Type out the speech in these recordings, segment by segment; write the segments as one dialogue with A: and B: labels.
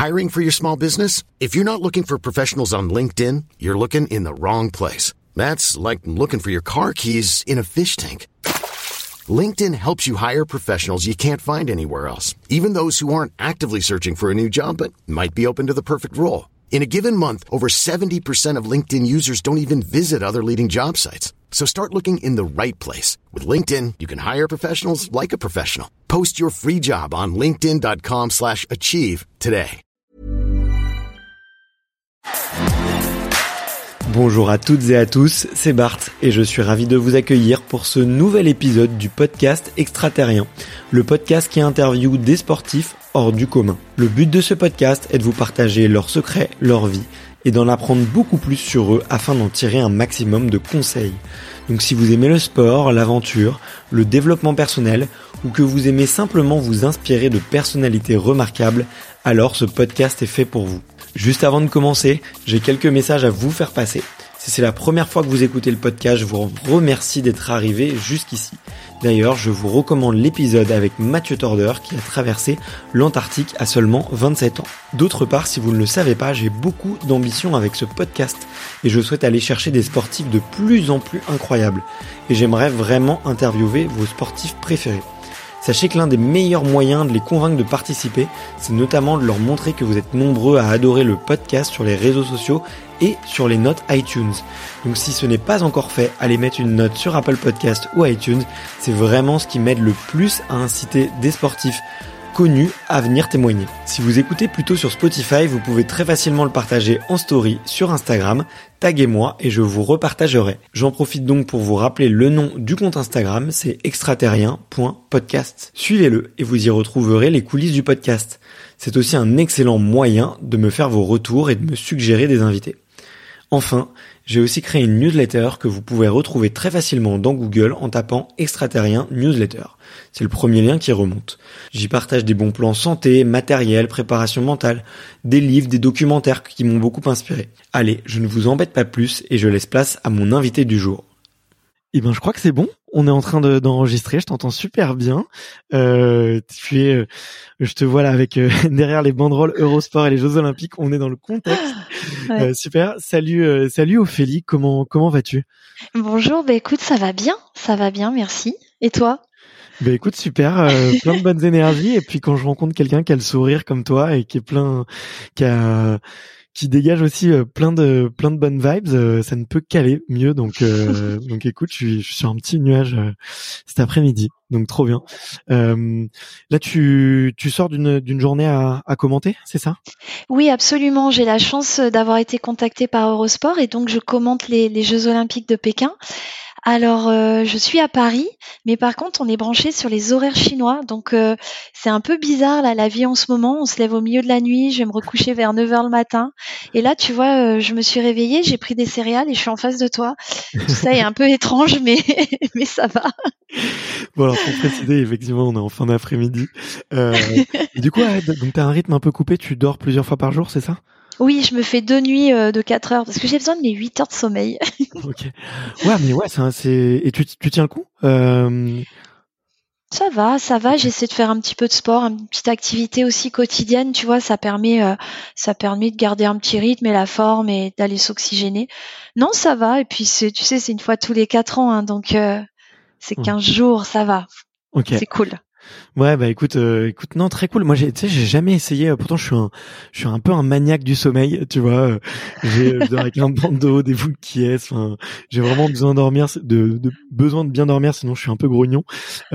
A: Hiring for your small business? If you're not looking for professionals on LinkedIn, you're looking in the wrong place. That's like looking for your car keys in a fish tank. LinkedIn helps you hire professionals you can't find anywhere else, even those who aren't actively searching for a new job but might be open to the perfect role. In a given month, over 70% of LinkedIn users don't even visit other leading job sites. So start looking in the right place. With LinkedIn, you can hire professionals like a professional. Post your free job on linkedin.com/achieve today.
B: Bonjour à toutes et à tous, c'est Bart et je suis ravi de vous accueillir pour ce nouvel épisode du podcast Extraterrien, le podcast qui interviewe des sportifs hors du commun. Le but de ce podcast est de vous partager leurs secrets, leur vie et d'en apprendre beaucoup plus sur eux afin d'en tirer un maximum de conseils. Donc si vous aimez le sport, l'aventure, le développement personnel ou que vous aimez simplement vous inspirer de personnalités remarquables, alors ce podcast est fait pour vous. Juste avant de commencer, j'ai quelques messages à vous faire passer. Si c'est la première fois que vous écoutez le podcast, je vous remercie d'être arrivé jusqu'ici. D'ailleurs, je vous recommande l'épisode avec Mathieu Torder qui a traversé l'Antarctique à seulement 27 ans. D'autre part, si vous ne le savez pas, j'ai beaucoup d'ambition avec ce podcast et je souhaite aller chercher des sportifs de plus en plus incroyables. Et j'aimerais vraiment interviewer vos sportifs préférés. Sachez que l'un des meilleurs moyens de les convaincre de participer, c'est notamment de leur montrer que vous êtes nombreux à adorer le podcast sur les réseaux sociaux et sur les notes iTunes. Donc si ce n'est pas encore fait, allez mettre une note sur Apple Podcast ou iTunes. C'est vraiment ce qui m'aide le plus à inciter des sportifs connus à venir témoigner. Si vous écoutez plutôt sur Spotify, vous pouvez très facilement le partager en story sur Instagram, taguez-moi et je vous repartagerai. J'en profite donc pour vous rappeler le nom du compte Instagram, c'est extraterrien.podcast. Suivez-le et vous y retrouverez les coulisses du podcast. C'est aussi un excellent moyen de me faire vos retours et de me suggérer des invités. Enfin, j'ai aussi créé une newsletter que vous pouvez retrouver très facilement dans Google en tapant Extraterrien Newsletter. C'est le premier lien qui remonte. J'y partage des bons plans santé, matériel, préparation mentale, des livres, des documentaires qui m'ont beaucoup inspiré. Allez, je ne vous embête pas plus et je laisse place à mon invité du jour. Eh ben, je crois que c'est bon. On est en train d'enregistrer. Je t'entends super bien. Je te vois là avec derrière les banderoles Eurosport et les Jeux Olympiques. On est dans le contexte. Ouais. Super. Salut Ophélie. Comment vas-tu?
C: Bonjour. Écoute, ça va bien, merci. Et toi?
B: Écoute, super. Plein de bonnes énergies. Et puis quand je rencontre quelqu'un qui a le sourire comme toi et qui est qui dégage aussi plein de bonnes vibes, ça ne peut qu'aller mieux. Donc écoute, je suis sur un petit nuage cet après-midi, donc trop bien. Là, tu sors d'une journée à commenter, c'est ça?
C: Oui, absolument. J'ai la chance d'avoir été contactée par Eurosport et donc je commente les Jeux Olympiques de Pékin. Alors, je suis à Paris, mais par contre, on est branché sur les horaires chinois, donc c'est un peu bizarre là, la vie en ce moment. On se lève au milieu de la nuit, je vais me recoucher vers 9h le matin, et là, tu vois, je me suis réveillée, j'ai pris des céréales et je suis en face de toi. Tout ça est un peu étrange, mais ça va.
B: Bon, alors pour préciser, effectivement, on est en fin d'après-midi. Et du coup, donc t'as un rythme un peu coupé, tu dors plusieurs fois par jour, c'est ça?
C: Oui, je me fais 2 nuits de 4 heures parce que j'ai besoin de mes 8 heures de sommeil.
B: Ok. Ouais, mais ouais, et tu tiens le coup?
C: Ça va. J'essaie de faire un petit peu de sport, une petite activité aussi quotidienne. Tu vois, ça permet de garder un petit rythme et la forme et d'aller s'oxygéner. Non, ça va. Et puis c'est une fois tous les 4 ans, hein, donc c'est 15 jours, ça va.
B: Ok.
C: C'est cool.
B: Ouais, écoute, non, très cool. Moi, j'ai jamais essayé. Pourtant, je suis un peu un maniaque du sommeil, tu vois. Je dors avec un bandeau, des boucles qui est. Enfin, j'ai vraiment besoin de dormir, besoin de bien dormir, sinon je suis un peu grognon.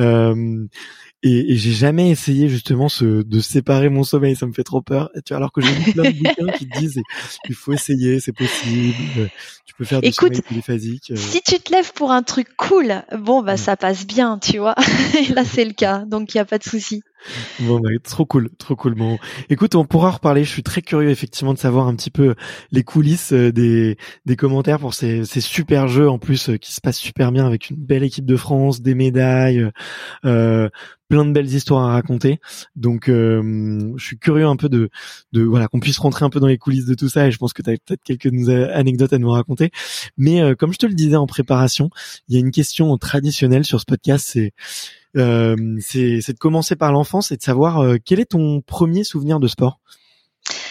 B: Et j'ai jamais essayé justement de séparer mon sommeil, ça me fait trop peur. Tu vois, alors que j'ai lu plein de bouquins qui disent il faut essayer, c'est possible. Tu peux faire du sommeil polyphasique.
C: Si tu te lèves pour un truc cool, ça passe bien, tu vois. Et là, c'est le cas, donc il y a pas de souci.
B: Bon, trop cool. Bon, écoute, on pourra en reparler. Je suis très curieux effectivement de savoir un petit peu les coulisses des commentaires pour ces super jeux en plus qui se passent super bien avec une belle équipe de France, des médailles, plein de belles histoires à raconter. Donc, je suis curieux un peu de voilà qu'on puisse rentrer un peu dans les coulisses de tout ça. Et je pense que tu as peut-être quelques anecdotes à nous raconter. Mais comme je te le disais en préparation, il y a une question traditionnelle sur ce podcast, c'est de commencer par l'enfance et de savoir quel est ton premier souvenir de sport.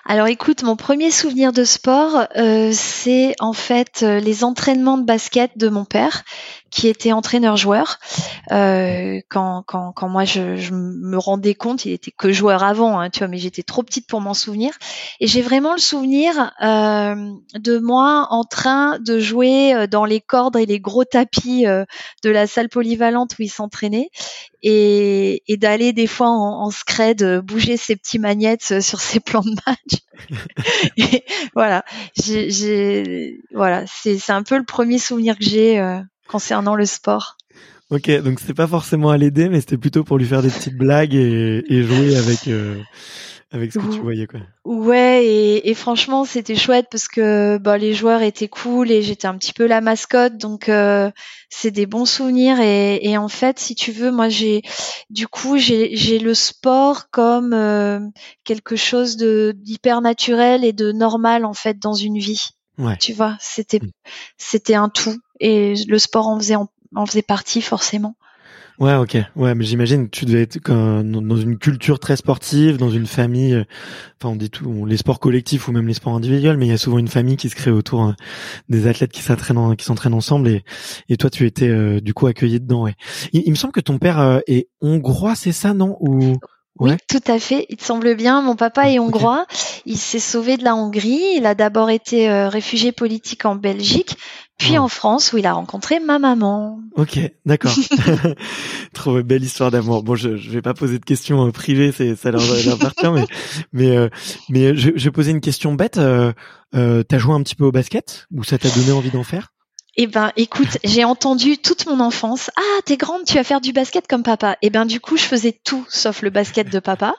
C: Alors écoute, mon premier souvenir de sport, c'est en fait les entraînements de basket de mon père, qui était entraîneur-joueur. Quand moi je me rendais compte, il était que joueur avant, hein, tu vois, mais j'étais trop petite pour m'en souvenir. Et j'ai vraiment le souvenir de moi en train de jouer dans les cordes et les gros tapis de la salle polyvalente où il s'entraînait. Et d'aller des fois en scred bouger ses petits magnettes sur ses plans de match. Et voilà, voilà, c'est un peu le premier souvenir que j'ai concernant le sport.
B: Ok, donc c'était pas forcément à l'aider, mais c'était plutôt pour lui faire des petites blagues et jouer avec ce que tu voyais, quoi.
C: Ouais, et franchement, c'était chouette parce que les joueurs étaient cool et j'étais un petit peu la mascotte, donc c'est des bons souvenirs. Et en fait, si tu veux, moi j'ai le sport comme quelque chose d'hyper naturel et de normal en fait dans une vie.
B: Ouais.
C: Tu vois, c'était un tout et le sport en faisait partie forcément.
B: Ouais, ok. Ouais, mais j'imagine que tu devais être dans une culture très sportive, dans une famille. Enfin, on dit tout, les sports collectifs ou même les sports individuels, mais il y a souvent une famille qui se crée autour des athlètes qui s'entraînent ensemble. Et toi, tu étais du coup accueilli dedans. Ouais. Il me semble que ton père est hongrois, c'est ça, non? Ou
C: Oui,
B: ouais.
C: tout à fait. Il te semble bien. Mon papa est hongrois. Okay. Il s'est sauvé de la Hongrie. Il a d'abord été réfugié politique en Belgique, puis en France où il a rencontré ma maman.
B: Ok, d'accord. Trop belle histoire d'amour. Bon, je vais pas poser de questions privées, ça leur appartient, mais je vais poser une question bête. T'as joué un petit peu au basket ou ça t'a donné envie d'en faire?
C: Eh ben, écoute, j'ai entendu toute mon enfance. Ah, t'es grande, tu vas faire du basket comme papa. Eh ben, du coup, je faisais tout sauf le basket de papa.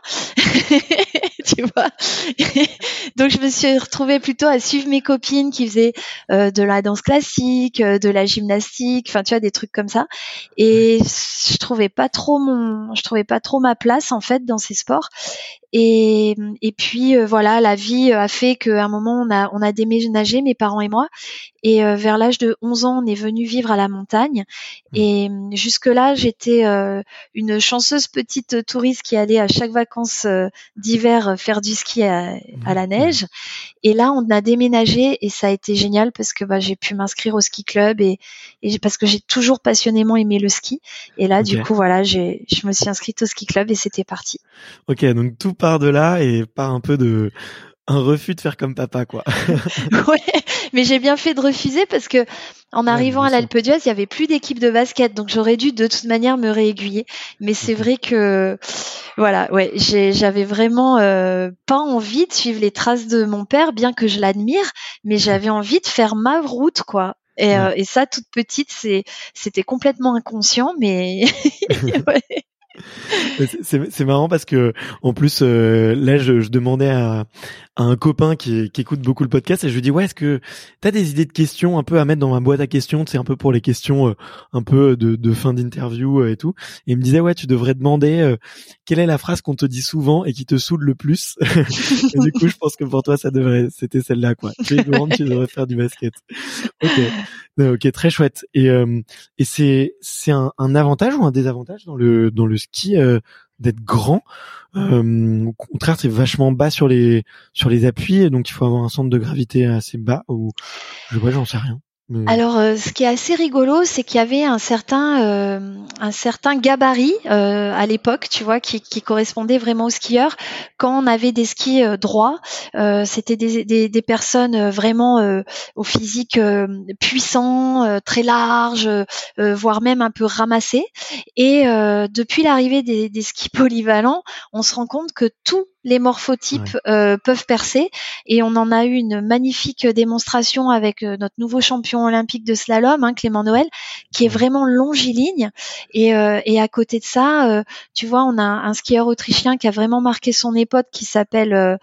C: Tu vois. Donc, je me suis retrouvée plutôt à suivre mes copines qui faisaient de la danse classique, de la gymnastique, enfin, tu vois, des trucs comme ça. Et je trouvais pas trop ma place en fait dans ces sports. Et puis voilà, la vie a fait qu'à un moment on a déménagé, mes parents et moi, et vers l'âge de 11 ans on est venu vivre à la montagne. Et jusque là j'étais une chanceuse petite touriste qui allait à chaque vacances d'hiver faire du ski à la neige. Et là on a déménagé et ça a été génial parce que j'ai pu m'inscrire au ski club et parce que j'ai toujours passionnément aimé le ski. Et là du coup voilà, je me suis inscrite au ski club et c'était parti.
B: Ok, donc tout part de là et part un peu de un refus de faire comme papa, quoi.
C: Ouais, mais j'ai bien fait de refuser parce que en arrivant à l'Alpe d'Huez, il y avait plus d'équipe de basket, donc j'aurais dû de toute manière me réaiguiller. Mais c'est vrai que voilà, ouais, j'avais vraiment pas envie de suivre les traces de mon père, bien que je l'admire, mais j'avais envie de faire ma route, quoi. Et ça, toute petite, c'était complètement inconscient, mais ouais.
B: C'est marrant parce que en plus là je demandais à un copain qui écoute beaucoup le podcast et je lui dis ouais, est-ce que t'as des idées de questions un peu à mettre dans ma boîte à questions, c'est un peu pour les questions un peu de fin d'interview et tout, et il me disait ouais, tu devrais demander quelle est la phrase qu'on te dit souvent et qui te saoule le plus. Et du coup je pense que pour toi c'était celle-là, quoi. Tu es grande, tu devrais faire du basket. Ok, très chouette. Et c'est un avantage ou un désavantage dans le ski d'être grand? Au contraire, c'est vachement bas sur les appuis, donc il faut avoir un centre de gravité assez bas, ou j'en sais rien.
C: Alors, ce qui est assez rigolo, c'est qu'il y avait un certain gabarit à l'époque, tu vois, qui correspondait vraiment aux skieurs. Quand on avait des skis droits, c'était des personnes vraiment au physique puissant, très large, voire même un peu ramassé. Et depuis l'arrivée des skis polyvalents, on se rend compte que tous les morphotypes peuvent percer, et on en a eu une magnifique démonstration avec notre nouveau champion olympique de slalom, Clément Noël, qui est vraiment longiligne. Et à côté de ça, tu vois, on a un skieur autrichien qui a vraiment marqué son époque, qui s'appelle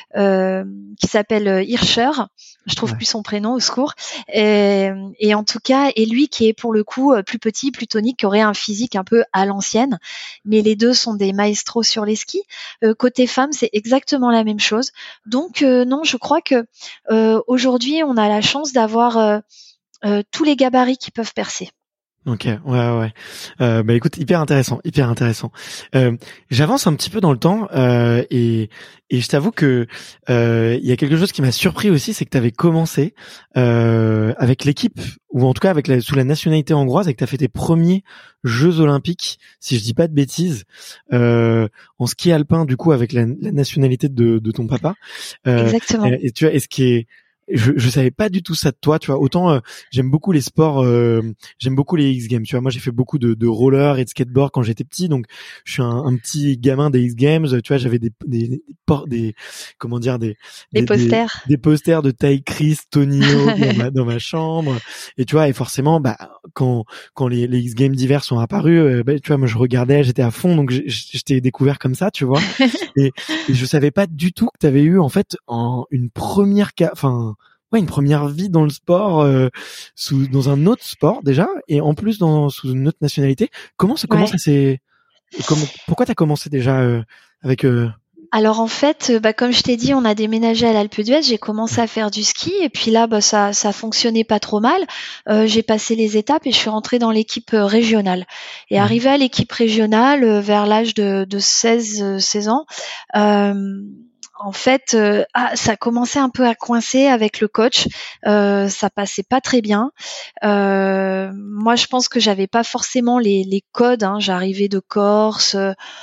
C: Hirscher. Je trouve plus son prénom, au secours. Et en tout cas, et lui qui est pour le coup plus petit, plus tonique, qui aurait un physique un peu à l'ancienne. Mais les deux sont des maestros sur les skis. Côté femmes, c'est exactement la même chose. Donc non, je crois que aujourd'hui, on a la chance d'avoir tous les gabarits qui peuvent percer.
B: Ok, ouais. Bah écoute, hyper intéressant. J'avance un petit peu dans le temps et je t'avoue que il y a quelque chose qui m'a surpris aussi, c'est que tu avais commencé avec l'équipe ou en tout cas avec sous la nationalité hongroise et que tu as fait tes premiers Jeux Olympiques, si je dis pas de bêtises, en ski alpin du coup avec la nationalité de ton papa.
C: Exactement.
B: Et tu vois, et ce qui est je savais pas du tout ça de toi, tu vois. Autant j'aime beaucoup les sports, j'aime beaucoup les X Games, tu vois. Moi, j'ai fait beaucoup de roller et de skateboard quand j'étais petit, donc je suis un petit gamin des X Games, tu vois. J'avais comment dire
C: Les posters.
B: des posters de Ty Chris, Tony Hawk dans ma chambre, et tu vois. Et forcément, bah quand les X Games d'hiver sont apparus, bah, tu vois, moi je regardais, j'étais à fond, donc je t'ai découvert comme ça, tu vois. et je savais pas du tout que tu avais eu en fait une première vie dans le sport, dans un autre sport déjà, et en plus sous une autre nationalité. Comment ça s'est, pourquoi t'as commencé déjà avec
C: Alors en fait, comme je t'ai dit, on a déménagé à l'Alpe d'Huez. J'ai commencé à faire du ski et puis là, ça fonctionnait pas trop mal. J'ai passé les étapes et je suis rentrée dans l'équipe régionale. Et arrivée à l'équipe régionale vers l'âge de 16 ans, en fait, ça commençait un peu à coincer avec le coach. Ça passait pas très bien. Moi, je pense que j'avais pas forcément les codes. Hein. J'arrivais de Corse.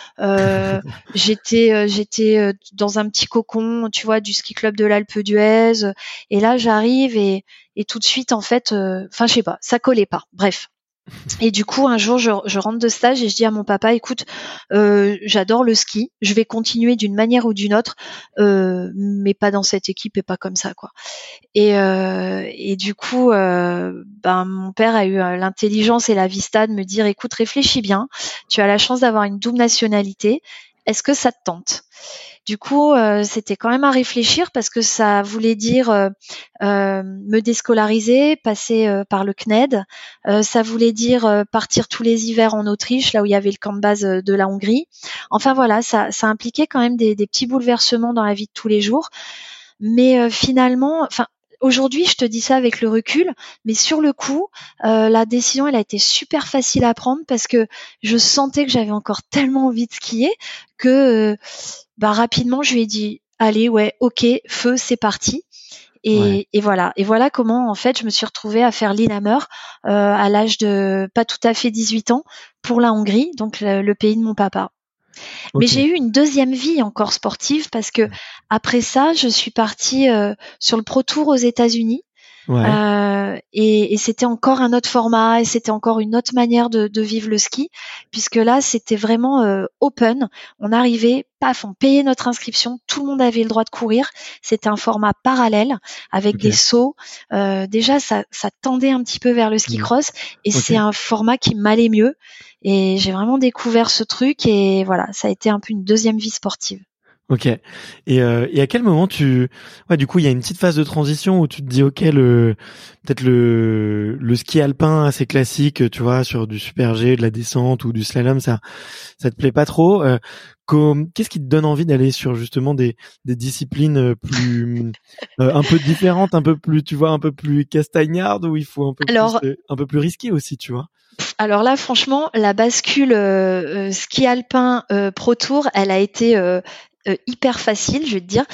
C: J'étais dans un petit cocon, tu vois, du ski club de l'Alpe d'Huez. Et là, j'arrive et tout de suite, en fait, je sais pas, ça collait pas. Bref. Et du coup, un jour, je rentre de stage et je dis à mon papa, écoute, j'adore le ski, je vais continuer d'une manière ou d'une autre, mais pas dans cette équipe et pas comme ça, quoi. Et du coup, mon père a eu l'intelligence et la vista de me dire, écoute, réfléchis bien, tu as la chance d'avoir une double nationalité, est-ce que ça te tente ? Du coup, c'était quand même à réfléchir parce que ça voulait dire me déscolariser, passer par le CNED. Ça voulait dire partir tous les hivers en Autriche, là où il y avait le camp de base de la Hongrie. Enfin voilà, ça impliquait quand même des petits bouleversements dans la vie de tous les jours. Mais finalement, aujourd'hui, je te dis ça avec le recul, mais sur le coup, la décision, elle a été super facile à prendre parce que je sentais que j'avais encore tellement envie de skier que rapidement, je lui ai dit, allez, ouais, ok, feu, c'est parti. Et voilà. Et voilà comment, en fait, je me suis retrouvée à faire Lillehammer à l'âge de pas tout à fait 18 ans pour la Hongrie, donc le pays de mon papa. Okay. Mais j'ai eu une deuxième vie encore sportive parce que après ça, je suis partie sur le Pro Tour aux États-Unis. Ouais. Et c'était encore un autre format et c'était encore une autre manière de vivre le ski puisque là c'était vraiment open, on arrivait, paf, on payait notre inscription, tout le monde avait le droit de courir, c'était un format parallèle avec des sauts, déjà ça tendait un petit peu vers le ski cross et c'est un format qui m'allait mieux et j'ai vraiment découvert ce truc et voilà, ça a été un peu une deuxième vie sportive.
B: Ok. Et à quel moment du coup, il y a une petite phase de transition où tu te dis, ok, peut-être le ski alpin assez classique, tu vois, sur du super G, de la descente ou du slalom, ça te plaît pas trop. Qu'est-ce qui te donne envie d'aller sur justement des disciplines plus un peu différentes, un peu plus, tu vois, un peu plus castagnardes où il faut un peu plus risqué aussi, tu vois.
C: Alors là, franchement, la bascule ski alpin Pro Tour, elle a été hyper facile, je vais te dire.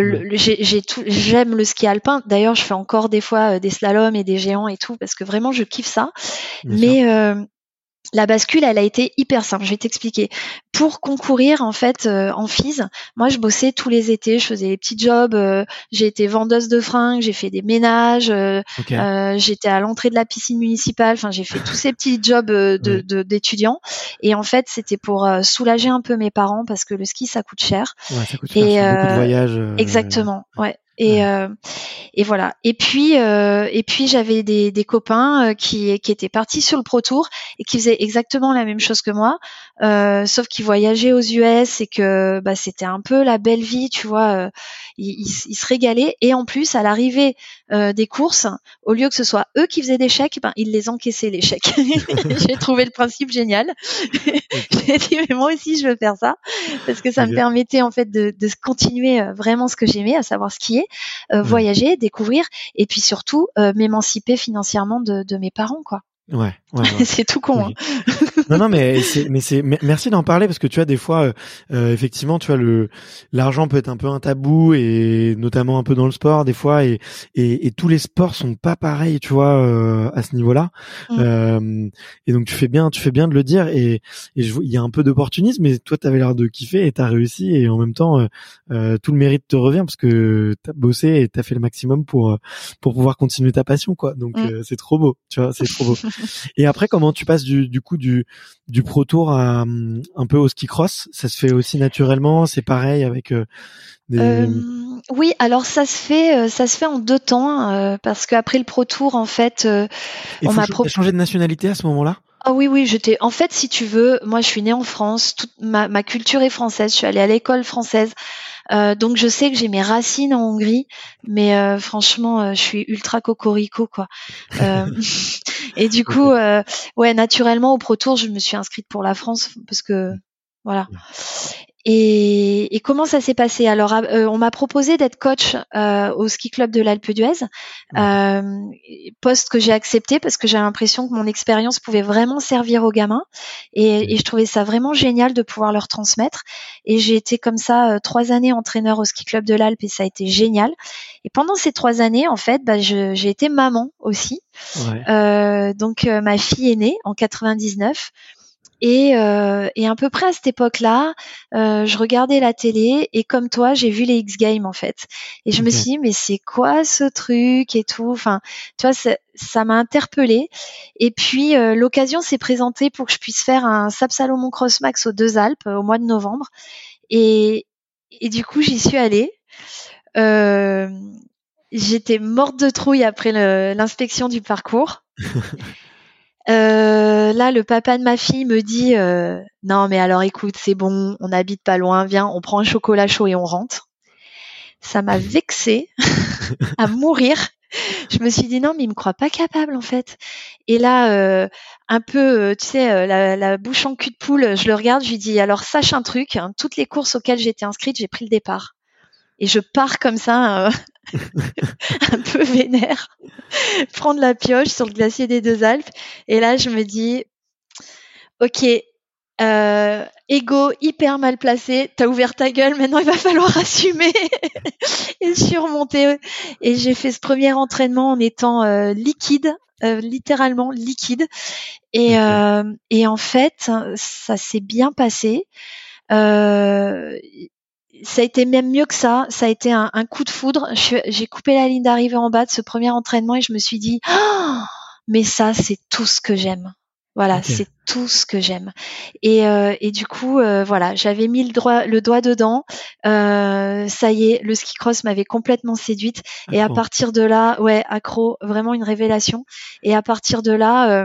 C: J'aime le ski alpin. D'ailleurs, je fais encore des fois des slaloms et des géants et tout parce que vraiment je kiffe ça. Mais la bascule, elle a été hyper simple. Je vais t'expliquer. Pour concourir, en fait, en FIS, moi, je bossais tous les étés. Je faisais des petits jobs. J'ai été vendeuse de fringues. J'ai fait des ménages. J'étais à l'entrée de la piscine municipale. Enfin, j'ai fait tous ces petits jobs d'étudiants. Et en fait, c'était pour soulager un peu mes parents parce que le ski, ça coûte cher.
B: Ouais, ça coûte cher. C'est beaucoup de voyages.
C: Exactement. Ouais. Et voilà. Et puis j'avais des copains qui étaient partis sur le Pro Tour et qui faisaient exactement la même chose que moi, sauf qu'ils voyageaient aux US et que c'était un peu la belle vie, tu vois. Ils se régalaient et en plus à l'arrivée des courses, au lieu que ce soit eux qui faisaient des chèques, ils les encaissaient les chèques. J'ai trouvé le principe génial. J'ai dit mais moi aussi je veux faire ça parce que ça me permettait en fait de continuer vraiment ce que j'aimais, à savoir skier. Voyager, découvrir et puis surtout m'émanciper financièrement de mes parents, quoi.
B: Ouais.
C: C'est tout con.
B: Okay. Non, merci d'en parler parce que tu vois, des fois, effectivement, tu vois, l'argent peut être un peu un tabou et notamment un peu dans le sport des fois et tous les sports sont pas pareils, tu vois, à ce niveau-là. Et donc tu fais bien de le dire et il y a un peu d'opportunisme, mais toi, t'avais l'air de kiffer et t'as réussi et en même temps, tout le mérite te revient parce que t'as bossé et t'as fait le maximum pour pouvoir continuer ta passion, quoi. Donc c'est trop beau, tu vois, c'est trop beau. Et après, comment tu passes du coup du Pro Tour à un peu au ski cross? Ça se fait aussi naturellement? C'est pareil avec
C: Oui, alors ça se fait en 2 temps, parce qu'après le Pro Tour, en fait,
B: Et
C: on m'a
B: t'as changé de nationalité à ce moment-là?
C: Ah oui, en fait, si tu veux, moi je suis née en France, toute ma culture est française, je suis allée à l'école française. Donc je sais que j'ai mes racines en Hongrie, mais franchement, je suis ultra cocorico, quoi. Et du coup, ouais, naturellement au Pro Tour, je me suis inscrite pour la France parce que voilà. Et comment ça s'est passé? Alors, on m'a proposé d'être coach au ski club de l'Alpe d'Huez, poste que j'ai accepté parce que j'ai l'impression que mon expérience pouvait vraiment servir aux gamins et je trouvais ça vraiment génial de pouvoir leur transmettre. Et j'ai été comme ça 3 années entraîneur au ski club de l'Alpe et ça a été génial. Et pendant ces 3 années, en fait, j'ai été maman aussi. Donc ma fille est née en 99. Et à peu près à cette époque-là, je regardais la télé et comme toi, j'ai vu les X Games en fait. Et je me suis dit mais c'est quoi ce truc et tout. Enfin, tu vois, ça m'a interpellée. Et puis l'occasion s'est présentée pour que je puisse faire un Sap Salomon Cross Max aux Deux Alpes au mois de novembre. Et du coup, j'y suis allée. J'étais morte de trouille après l'inspection du parcours. Là, le papa de ma fille me dit non, mais alors écoute, c'est bon, on n'habite pas loin, viens, on prend un chocolat chaud et on rentre. Ça m'a vexée à mourir. Je me suis dit non, mais il me croit pas capable en fait. Et là, un peu, tu sais, la bouche en cul de poule, je le regarde, je lui dis alors sache un truc, hein, toutes les courses auxquelles j'étais inscrite, j'ai pris le départ. Et je pars comme ça, un peu vénère, prendre la pioche sur le glacier des Deux Alpes. Et là, je me dis, ok, ego hyper mal placé, t'as ouvert ta gueule, maintenant il va falloir assumer et surmonter. Et j'ai fait ce premier entraînement en étant liquide, littéralement liquide. Et en fait, ça s'est bien passé. Ça a été même mieux que ça. Ça a été un coup de foudre. J'ai coupé la ligne d'arrivée en bas de ce premier entraînement et je me suis dit, oh, mais ça, c'est tout ce que j'aime. Voilà, c'est tout ce que j'aime. Et du coup, voilà, j'avais mis le doigt dedans. Ça y est, le ski cross m'avait complètement séduite. Et à partir de là, ouais, accro, vraiment une révélation. Et à partir de là,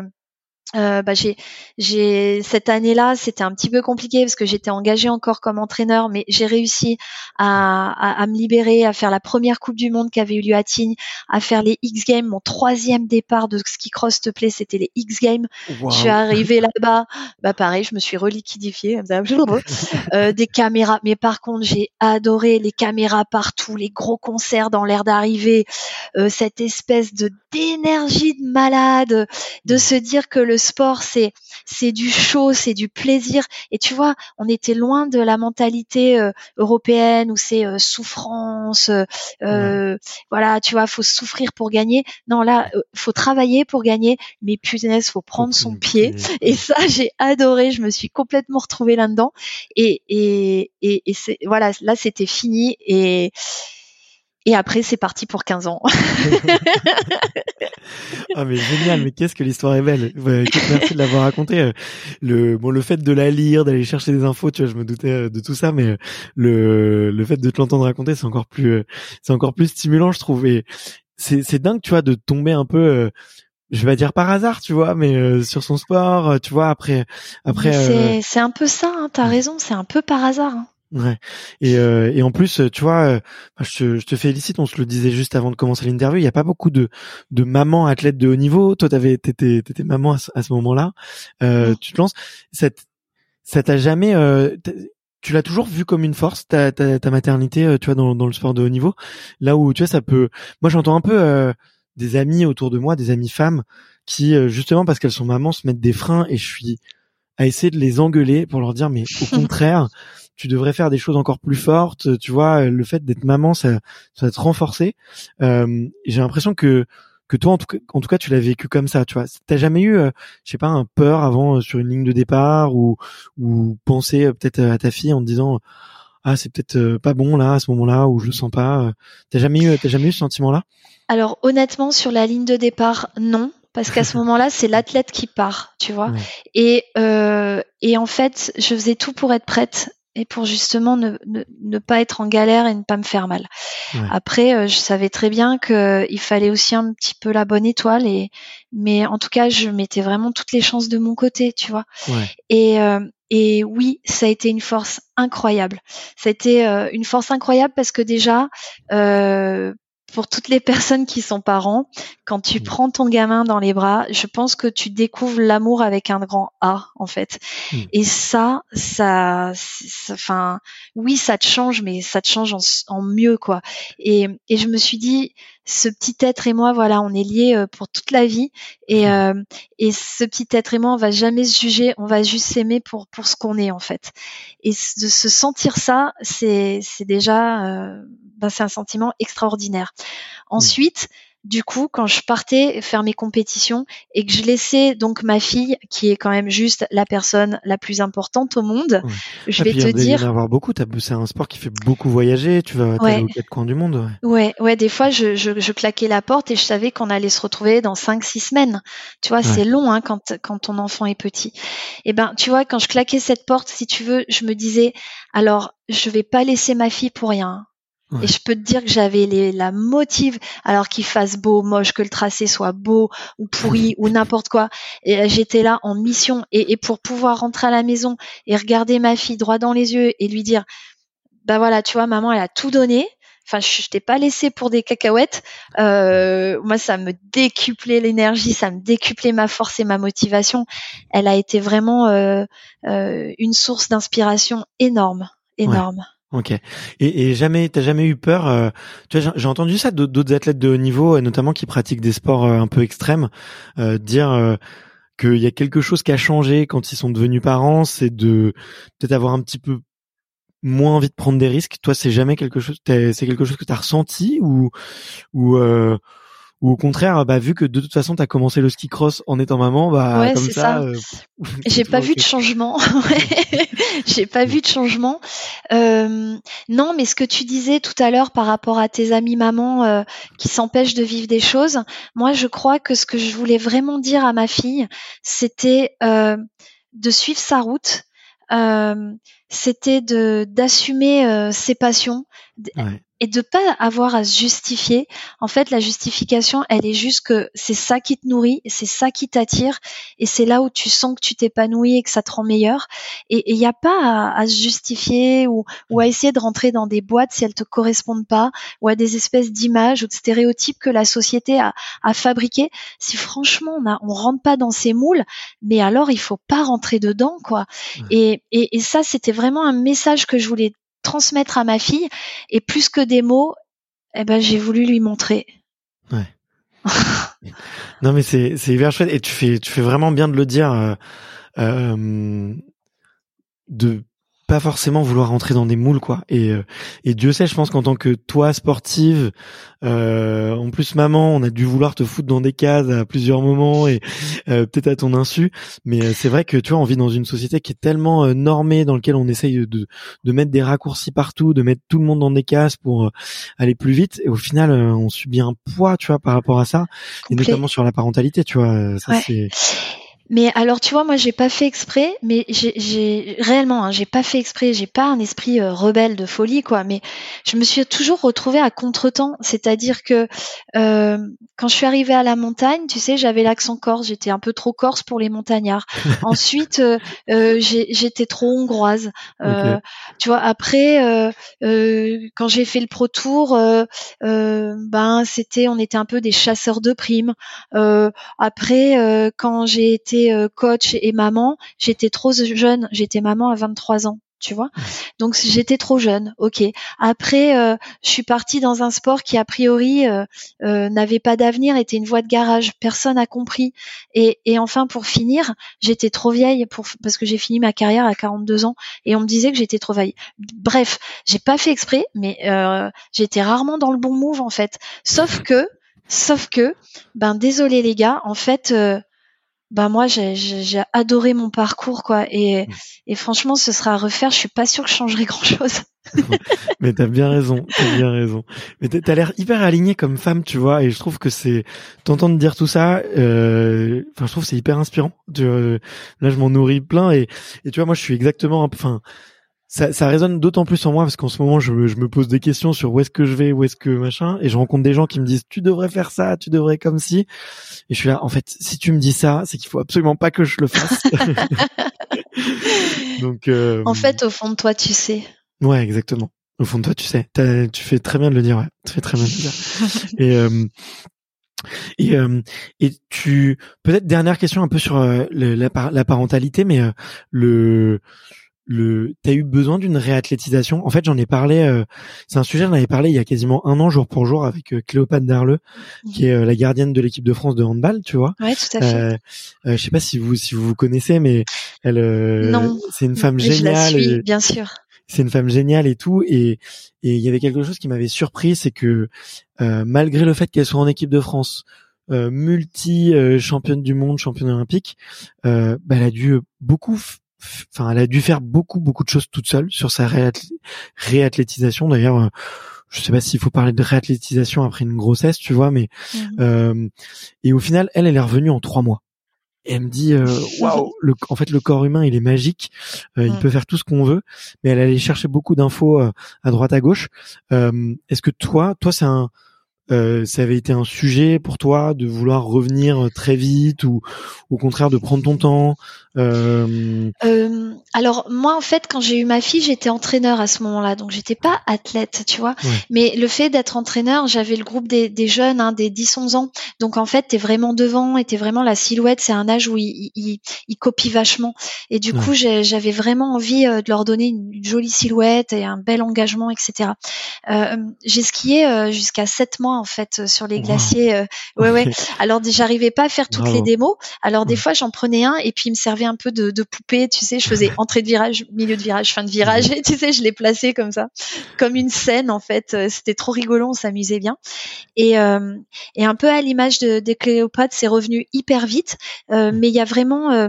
C: j'ai cette année-là, c'était un petit peu compliqué parce que j'étais engagée encore comme entraîneur, mais j'ai réussi à me libérer, à faire la première Coupe du Monde qui avait eu lieu à Tignes, à faire les X Games. Mon 3e départ de ski cross, s'il te plaît, c'était les X Games. Wow. Je suis arrivée là-bas, pareil, je me suis reliquidifiée, des caméras. Mais par contre, j'ai adoré les caméras partout, les gros concerts dans l'air d'arrivée, cette espèce d'énergie de malade, de se dire que le sport c'est du show, c'est du plaisir. Et tu vois, on était loin de la mentalité européenne où c'est souffrance, voilà, tu vois, faut souffrir pour gagner. Non, là, faut travailler pour gagner, mais punaise, faut prendre son pied. Et ça, j'ai adoré. Je me suis complètement retrouvée là-dedans. Et c'est, voilà, là, c'était fini. Et après, c'est parti pour 15 ans.
B: Ah mais génial, mais qu'est-ce que l'histoire est belle. Merci de l'avoir raconté. Le fait de la lire, d'aller chercher des infos, tu vois, je me doutais de tout ça, mais le fait de te l'entendre raconter, c'est encore plus stimulant, je trouve. Et c'est dingue, tu vois, de tomber un peu je vais pas dire par hasard, tu vois, mais sur son sport, tu vois, après
C: c'est un peu ça, hein, t'as raison, c'est un peu par hasard. Hein.
B: Ouais. Et en plus, tu vois, je te félicite. On se le disait juste avant de commencer l'interview. Il y a pas beaucoup de mamans athlètes de haut niveau. Toi, t'étais maman à ce moment-là. Tu te lances. Ça t'a jamais, tu l'as toujours vu comme une force, ta maternité, tu vois, dans le sport de haut niveau. Là où, tu vois, ça peut. Moi, j'entends un peu. des amis autour de moi, des amies femmes, qui justement parce qu'elles sont mamans se mettent des freins, et je suis à essayer de les engueuler pour leur dire mais au contraire, tu devrais faire des choses encore plus fortes, tu vois, le fait d'être maman ça va te renforcer. J'ai l'impression que toi en tout cas tu l'as vécu comme ça, tu vois. T'as jamais eu je sais pas, un peur avant sur une ligne de départ, ou penser peut-être à ta fille en te disant ah c'est peut-être pas bon là à ce moment-là, ou je le sens pas. T'as jamais eu ce sentiment-là?
C: Alors honnêtement, sur la ligne de départ, non. Parce qu'à ce moment-là, c'est l'athlète qui part, tu vois.
B: Ouais.
C: Et en fait, je faisais tout pour être prête et pour justement ne pas être en galère et ne pas me faire mal.
B: Ouais.
C: Après, je savais très bien qu'il fallait aussi un petit peu la bonne étoile, mais en tout cas, je mettais vraiment toutes les chances de mon côté, tu vois.
B: Ouais.
C: Et oui, ça a été une force incroyable. Ça a été une force incroyable parce que déjà, pour toutes les personnes qui sont parents, quand tu prends ton gamin dans les bras, je pense que tu découvres l'amour avec un grand A, en fait. Et enfin, oui, ça te change, mais ça te change en mieux, quoi. Et je me suis dit, ce petit être et moi, voilà, on est liés pour toute la vie. Et ce petit être et moi, on va jamais se juger, on va juste s'aimer pour ce qu'on est, en fait. Et de se sentir ça, c'est déjà, c'est un sentiment extraordinaire. Ensuite, du coup, quand je partais faire mes compétitions et que je laissais donc ma fille, qui est quand même juste la personne la plus importante au monde, je vais te dire...
B: Il y en a avoir beaucoup. C'est un sport qui fait beaucoup voyager. Tu vas aller aux quatre coins du monde.
C: Ouais. Des fois, je claquais la porte et je savais qu'on allait se retrouver dans 5-6 semaines. Tu vois, c'est long hein, quand ton enfant est petit. Et ben, tu vois, quand je claquais cette porte, si tu veux, je me disais, alors, je vais pas laisser ma fille pour rien. Et je peux te dire que j'avais la motive, alors qu'il fasse beau, moche, que le tracé soit beau ou pourri ou n'importe quoi. Et j'étais là en mission. Et pour pouvoir rentrer à la maison et regarder ma fille droit dans les yeux et lui dire, bah voilà, tu vois, maman, elle a tout donné. Enfin, je t'ai pas laissé pour des cacahuètes. Moi, ça me décuplait l'énergie, ça me décuplait ma force et ma motivation. Elle a été vraiment une source d'inspiration énorme.
B: Ok. Et t'as jamais eu peur tu vois, j'ai entendu ça d'autres athlètes de haut niveau, notamment qui pratiquent des sports un peu extrêmes, dire qu'il y a quelque chose qui a changé quand ils sont devenus parents, c'est de peut-être avoir un petit peu moins envie de prendre des risques. Toi, c'est quelque chose que t'as ressenti, ou au contraire, vu que de toute façon t'as commencé le ski cross en étant maman, comme ça.
C: J'ai pas vu de changement. J'ai pas vu de changement. Non, mais ce que tu disais tout à l'heure par rapport à tes amis mamans qui s'empêchent de vivre des choses, moi je crois que ce que je voulais vraiment dire à ma fille, c'était de suivre sa route. C'était d'assumer ses passions. Et de pas avoir à se justifier. En fait, la justification, elle est juste que c'est ça qui te nourrit, c'est ça qui t'attire, et c'est là où tu sens que tu t'épanouis et que ça te rend meilleur. Et il n'y a pas à se justifier ou à essayer de rentrer dans des boîtes si elles te correspondent pas, ou à des espèces d'images ou de stéréotypes que la société a fabriqués. Si franchement on rentre pas dans ces moules, mais alors il faut pas rentrer dedans, quoi. Et ça, c'était vraiment un message que je voulais transmettre à ma fille, et plus que des mots, j'ai voulu lui montrer.
B: Non mais c'est hyper chouette, et tu fais vraiment bien de le dire, de pas forcément vouloir rentrer dans des moules, quoi. Et Dieu sait, je pense qu'en tant que toi sportive, en plus maman, on a dû vouloir te foutre dans des cases à plusieurs moments, et peut-être à ton insu, mais c'est vrai que tu vois, on vit dans une société qui est tellement normée, dans laquelle on essaye de mettre des raccourcis partout, de mettre tout le monde dans des cases pour aller plus vite, et au final on subit un poids, tu vois, par rapport à ça. Et notamment sur la parentalité, tu vois, ça c'est...
C: Mais alors, tu vois, moi, j'ai pas fait exprès, mais j'ai réellement, j'ai pas fait exprès, j'ai pas un esprit rebelle de folie, quoi. Mais je me suis toujours retrouvée à contretemps, c'est-à-dire que quand je suis arrivée à la montagne, tu sais, j'avais l'accent corse, j'étais un peu trop corse pour les montagnards. Ensuite, j'étais trop hongroise. Tu vois, après, quand j'ai fait le Pro Tour, on était un peu des chasseurs de primes. Après, quand j'ai été coach et maman, j'étais trop jeune, j'étais maman à 23 ans. tu vois. Donc j'étais trop jeune. Ok. Après, je suis partie dans un sport qui a priori n'avait pas d'avenir, était une voie de garage. Personne n'a compris. Et enfin, pour finir, j'étais trop vieille parce que j'ai fini ma carrière à 42 ans et on me disait que j'étais trop vieille. Bref, j'ai pas fait exprès, mais j'étais rarement dans le bon move en fait. Sauf que, désolé les gars, en fait. Moi j'ai adoré mon parcours quoi et franchement ce sera à refaire, je suis pas sûre que je changerai grand-chose.
B: Mais t'as bien raison. Mais t'as l'air hyper alignée comme femme, tu vois, et je trouve que t'entendre dire tout ça, je trouve que c'est hyper inspirant. Là je m'en nourris plein et tu vois, moi je suis exactement ça résonne d'autant plus en moi parce qu'en ce moment je me pose des questions sur où est-ce que je vais, où est-ce que machin, et je rencontre des gens qui me disent tu devrais faire ça, tu devrais comme si, et je suis là en fait si tu me dis ça c'est qu'il faut absolument pas que je le fasse. Donc
C: en fait au fond de toi tu sais.
B: Ouais, exactement. Au fond de toi tu sais. Tu fais très bien de le dire, ouais. Tu fais très bien de le dire. Et tu peut-être dernière question un peu sur la parentalité, mais t'as eu besoin d'une réathlétisation. En fait, j'en ai parlé. C'est un sujet, j'en avais parlé il y a quasiment un an, jour pour jour, avec Cléopâtre Darleux, qui est la gardienne de l'équipe de France de handball, tu vois.
C: Ouais, tout à fait.
B: Je sais pas si vous connaissez, mais elle,
C: non,
B: c'est une femme géniale.
C: Je la suis, bien sûr.
B: C'est une femme géniale et tout. Et il y avait quelque chose qui m'avait surpris, c'est que malgré le fait qu'elle soit en équipe de France, multi championne du monde, championne olympique, elle a dû elle a dû faire beaucoup de choses toute seule sur sa réathlétisation. D'ailleurs, je sais pas s'il faut parler de réathlétisation après une grossesse, tu vois, mais et au final, elle est revenue en 3 mois. Et elle me dit, waouh, en fait, le corps humain, il est magique. Il peut faire tout ce qu'on veut, mais elle allait chercher beaucoup d'infos à droite à gauche. Est-ce que toi, ça avait été un sujet pour toi de vouloir revenir très vite ou au contraire de prendre ton temps?
C: Alors moi en fait quand j'ai eu ma fille j'étais entraîneur à ce moment-là donc j'étais pas athlète tu vois, mais le fait d'être entraîneur j'avais le groupe des jeunes des 10-11 ans donc en fait t'es vraiment devant et t'es vraiment la silhouette, c'est un âge où ils copient vachement et du coup j'avais vraiment envie de leur donner une jolie silhouette et un bel engagement etc. J'ai skié jusqu'à 7 mois en fait sur les glaciers ouais alors j'arrivais pas à faire toutes les démos alors des fois j'en prenais un et puis il me servait un peu de poupée, tu sais, je faisais entrée de virage, milieu de virage, fin de virage, et tu sais, je les plaçais comme ça, comme une scène en fait. C'était trop rigolo, on s'amusait bien. Et un peu à l'image de Cléopâtre, c'est revenu hyper vite, mais il y a vraiment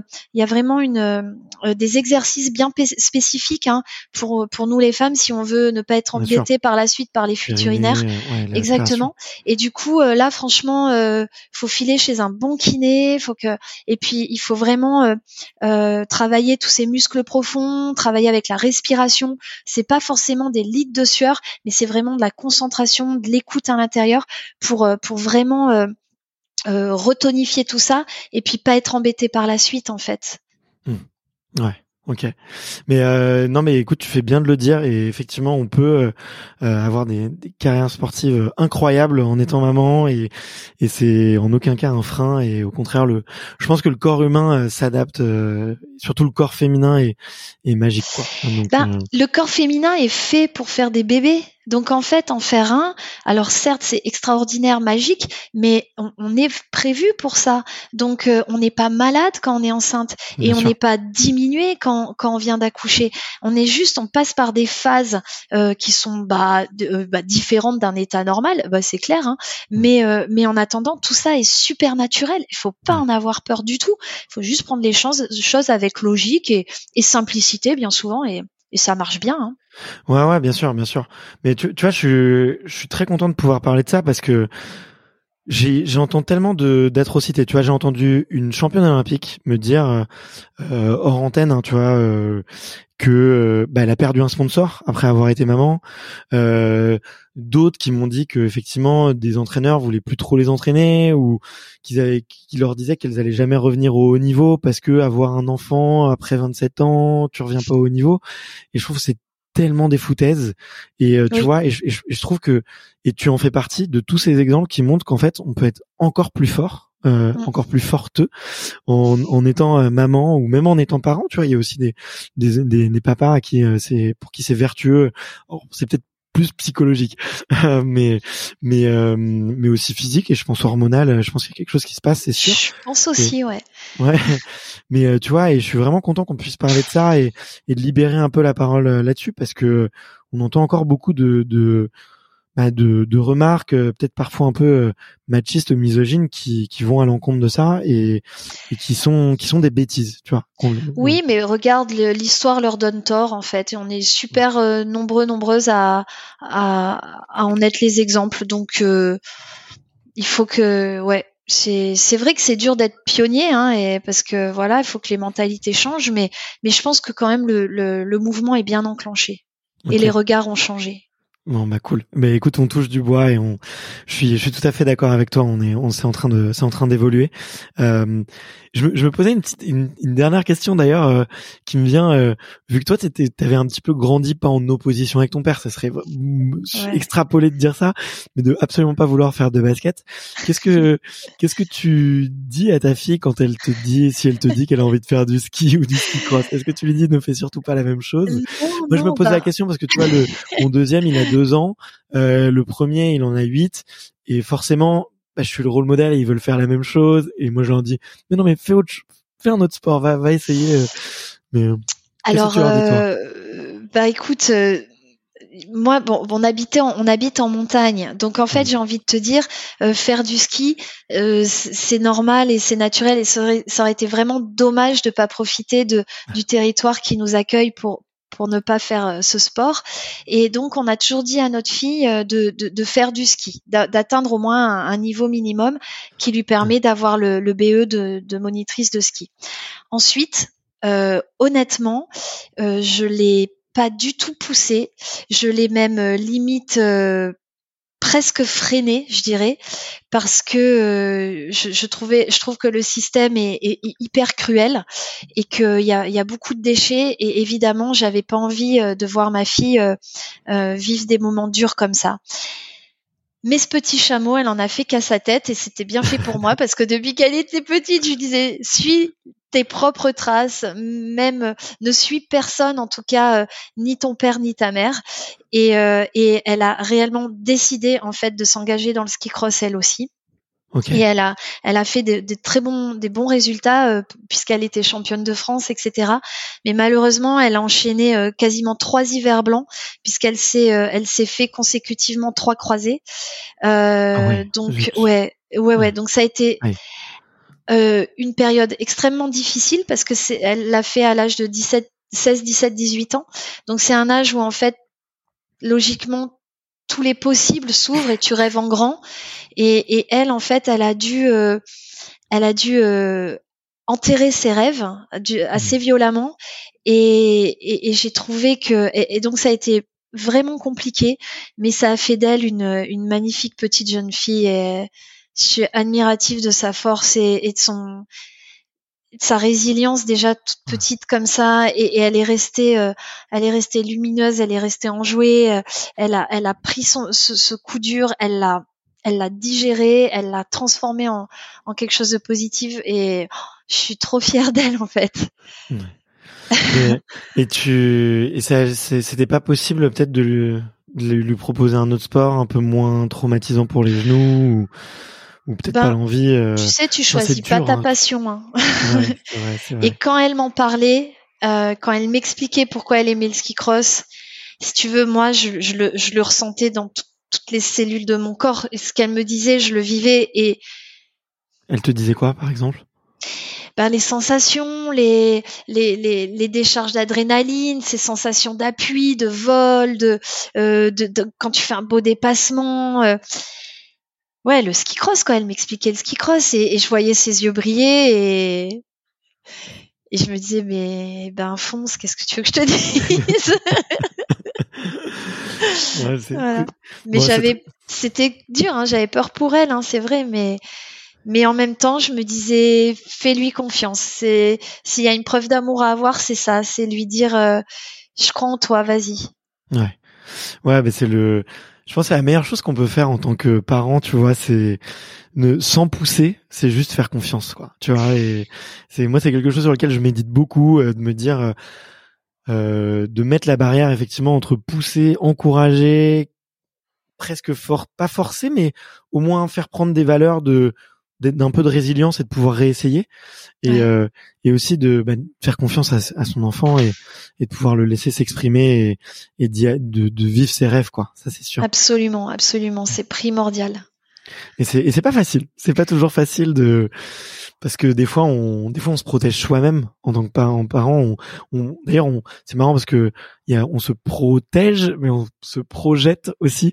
C: des exercices bien spécifiques pour nous les femmes si on veut ne pas être embêtées par la suite par les flux urinaires. Exactement. Et du coup, là, franchement, faut filer chez un bon kiné, et puis il faut vraiment travailler tous ces muscles profonds, travailler avec la respiration. C'est pas forcément des litres de sueur, mais c'est vraiment de la concentration, de l'écoute à l'intérieur pour vraiment retonifier tout ça et puis pas être embêté par la suite en fait.
B: Ouais. Ok, mais non, mais écoute, tu fais bien de le dire et effectivement, on peut avoir des carrières sportives incroyables en étant maman et c'est en aucun cas un frein et au contraire je pense que le corps humain s'adapte, surtout le corps féminin est magique quoi. Donc,
C: le corps féminin est fait pour faire des bébés. Donc en fait, en faire un, alors certes c'est extraordinaire, magique, mais on est prévu pour ça. Donc on n'est pas malade quand on est enceinte et on n'est pas diminué quand on vient d'accoucher. On passe par des phases qui sont différentes d'un état normal, c'est clair. Mais en attendant, tout ça est super naturel. Il faut pas en avoir peur du tout. Il faut juste prendre les choses avec logique et simplicité bien souvent et ça marche bien.
B: Ouais, bien sûr. Mais tu vois, je suis très content de pouvoir parler de ça parce que j'entends tellement d'atrocités. Tu vois, j'ai entendu une championne olympique me dire hors antenne, tu vois, que elle a perdu un sponsor après avoir été maman. D'autres qui m'ont dit que effectivement des entraîneurs voulaient plus trop les entraîner ou qui leur disaient qu'elles allaient jamais revenir au haut niveau parce que avoir un enfant après 27 ans, tu reviens pas au haut niveau. Et je trouve que c'est tellement des foutaises et tu vois et je trouve que et tu en fais partie de tous ces exemples qui montrent qu'en fait on peut être encore plus fort encore plus forte en étant maman ou même en étant parent. Tu vois, il y a aussi des papas à qui pour qui c'est vertueux. Oh, c'est peut-être plus psychologique, mais aussi physique, et je pense hormonal. Je pense qu'il y a quelque chose qui se passe, c'est sûr.
C: Je pense aussi, ouais.
B: Ouais, mais tu vois, et je suis vraiment content qu'on puisse parler de ça et de libérer un peu la parole là-dessus, parce que on entend encore beaucoup de remarques, peut-être parfois un peu machistes, misogynes, qui vont à l'encontre de ça et qui sont des bêtises, tu vois.
C: Oui, mais regarde, l'histoire leur donne tort en fait, et on est super nombreuses à en être les exemples. Donc il faut que, ouais, c'est vrai que c'est dur d'être pionnier, hein, et parce que voilà, il faut que les mentalités changent, mais je pense que quand même le mouvement est bien enclenché et les regards ont changé.
B: Bon, bah cool. Mais écoute, on touche du bois et je suis tout à fait d'accord avec toi. C'est en train d'évoluer. Je me posais une dernière question d'ailleurs, qui me vient, vu que toi t'avais un petit peu grandi pas en opposition avec ton père, ça serait extrapolé de dire ça, mais de absolument pas vouloir faire de basket. Qu'est-ce que tu dis à ta fille quand si elle te dit qu'elle a envie de faire du ski ou du ski cross? Est-ce que tu lui dis ne fais surtout pas la même chose? Moi, je me pose la question parce que tu vois, mon deuxième, il a 2 ans, le premier, il en a 8, et forcément, je suis le rôle modèle et ils veulent faire la même chose, et moi je leur dis mais non, mais fais un autre sport, va essayer. Mais
C: alors
B: qu'est-ce que tu leur dis, toi?
C: Écoute, moi, bon, on habite en montagne, donc en fait, j'ai envie de te dire, faire du ski, c'est normal et c'est naturel, et ça aurait été vraiment dommage de pas profiter du territoire qui nous accueille pour ne pas faire ce sport. Et donc, on a toujours dit à notre fille de faire du ski, d'atteindre au moins un niveau minimum qui lui permet d'avoir le BE de monitrice de ski. Ensuite, honnêtement, je l'ai pas du tout poussée. Je l'ai même limite presque freinée, je dirais, parce que je trouve que le système est hyper cruel et qu'il y a beaucoup de déchets, et évidemment j'avais pas envie de voir ma fille vivre des moments durs comme ça. Mais ce petit chameau, elle en a fait qu'à sa tête, et c'était bien fait pour moi, parce que depuis qu'elle était petite, je lui disais suis tes propres traces, même ne suis personne, en tout cas ni ton père ni ta mère. Et elle a réellement décidé en fait de s'engager dans le ski cross elle aussi. Okay. Et elle a fait des bons résultats puisqu'elle était championne de France, etc. Mais malheureusement, elle a enchaîné quasiment 3 hivers blancs, puisqu'elle s'est fait consécutivement 3 croisés. Donc ouais. Donc ça a été une période extrêmement difficile, parce que elle l'a fait à l'âge de 16, 17, 18 ans. Donc c'est un âge où en fait, logiquement, tous les possibles s'ouvrent et tu rêves en grand. Et elle, en fait, elle a dû enterrer ses rêves assez violemment. Et j'ai trouvé que, et donc ça a été vraiment compliqué, mais ça a fait d'elle une magnifique petite jeune fille, et je suis admirative de sa force et de sa résilience, déjà toute petite comme ça, et elle est restée lumineuse, elle est restée enjouée, elle a pris ce coup dur, elle l'a digéré, elle l'a transformé en quelque chose de positif, et je suis trop fière d'elle en fait.
B: Et ça, c'était pas possible peut-être de lui proposer un autre sport un peu moins traumatisant pour les genoux, ou peut-être pas l'envie.
C: Tu sais, tu choisis pas ta passion. Hein.
B: Ouais, c'est vrai.
C: Et quand elle m'en parlait, quand elle m'expliquait pourquoi elle aimait le ski cross, si tu veux, moi, je le ressentais dans toutes les cellules de mon corps. Et ce qu'elle me disait, je le vivais. Et
B: elle te disait quoi, par exemple?
C: Les sensations, les décharges d'adrénaline, ces sensations d'appui, de vol, de quand tu fais un beau dépassement. Ouais, le ski cross, quoi. Elle m'expliquait le ski cross, et je voyais ses yeux briller, et je me disais, mais fonce, qu'est-ce que tu veux que je te dise?
B: Ouais,
C: voilà. Mais c'était dur, hein, j'avais peur pour elle, hein, c'est vrai, mais en même temps, je me disais, fais-lui confiance. S'il y a une preuve d'amour à avoir, c'est ça, c'est lui dire, je crois en toi, vas-y.
B: Ouais, mais c'est Je pense que la meilleure chose qu'on peut faire en tant que parent, tu vois, c'est sans pousser, c'est juste faire confiance, quoi. Tu vois, et c'est quelque chose sur lequel je médite beaucoup, de me dire, de mettre la barrière effectivement entre pousser, encourager, presque pas forcer, mais au moins faire prendre des valeurs d'un peu de résilience et de pouvoir réessayer, et aussi de faire confiance à son enfant et de pouvoir le laisser s'exprimer et de vivre ses rêves, quoi. Ça, c'est sûr.
C: Absolument, c'est primordial.
B: Et c'est pas facile. C'est pas toujours facile parce que des fois on se protège soi-même en tant que parent. D'ailleurs, c'est marrant parce que on se protège, mais on se projette aussi.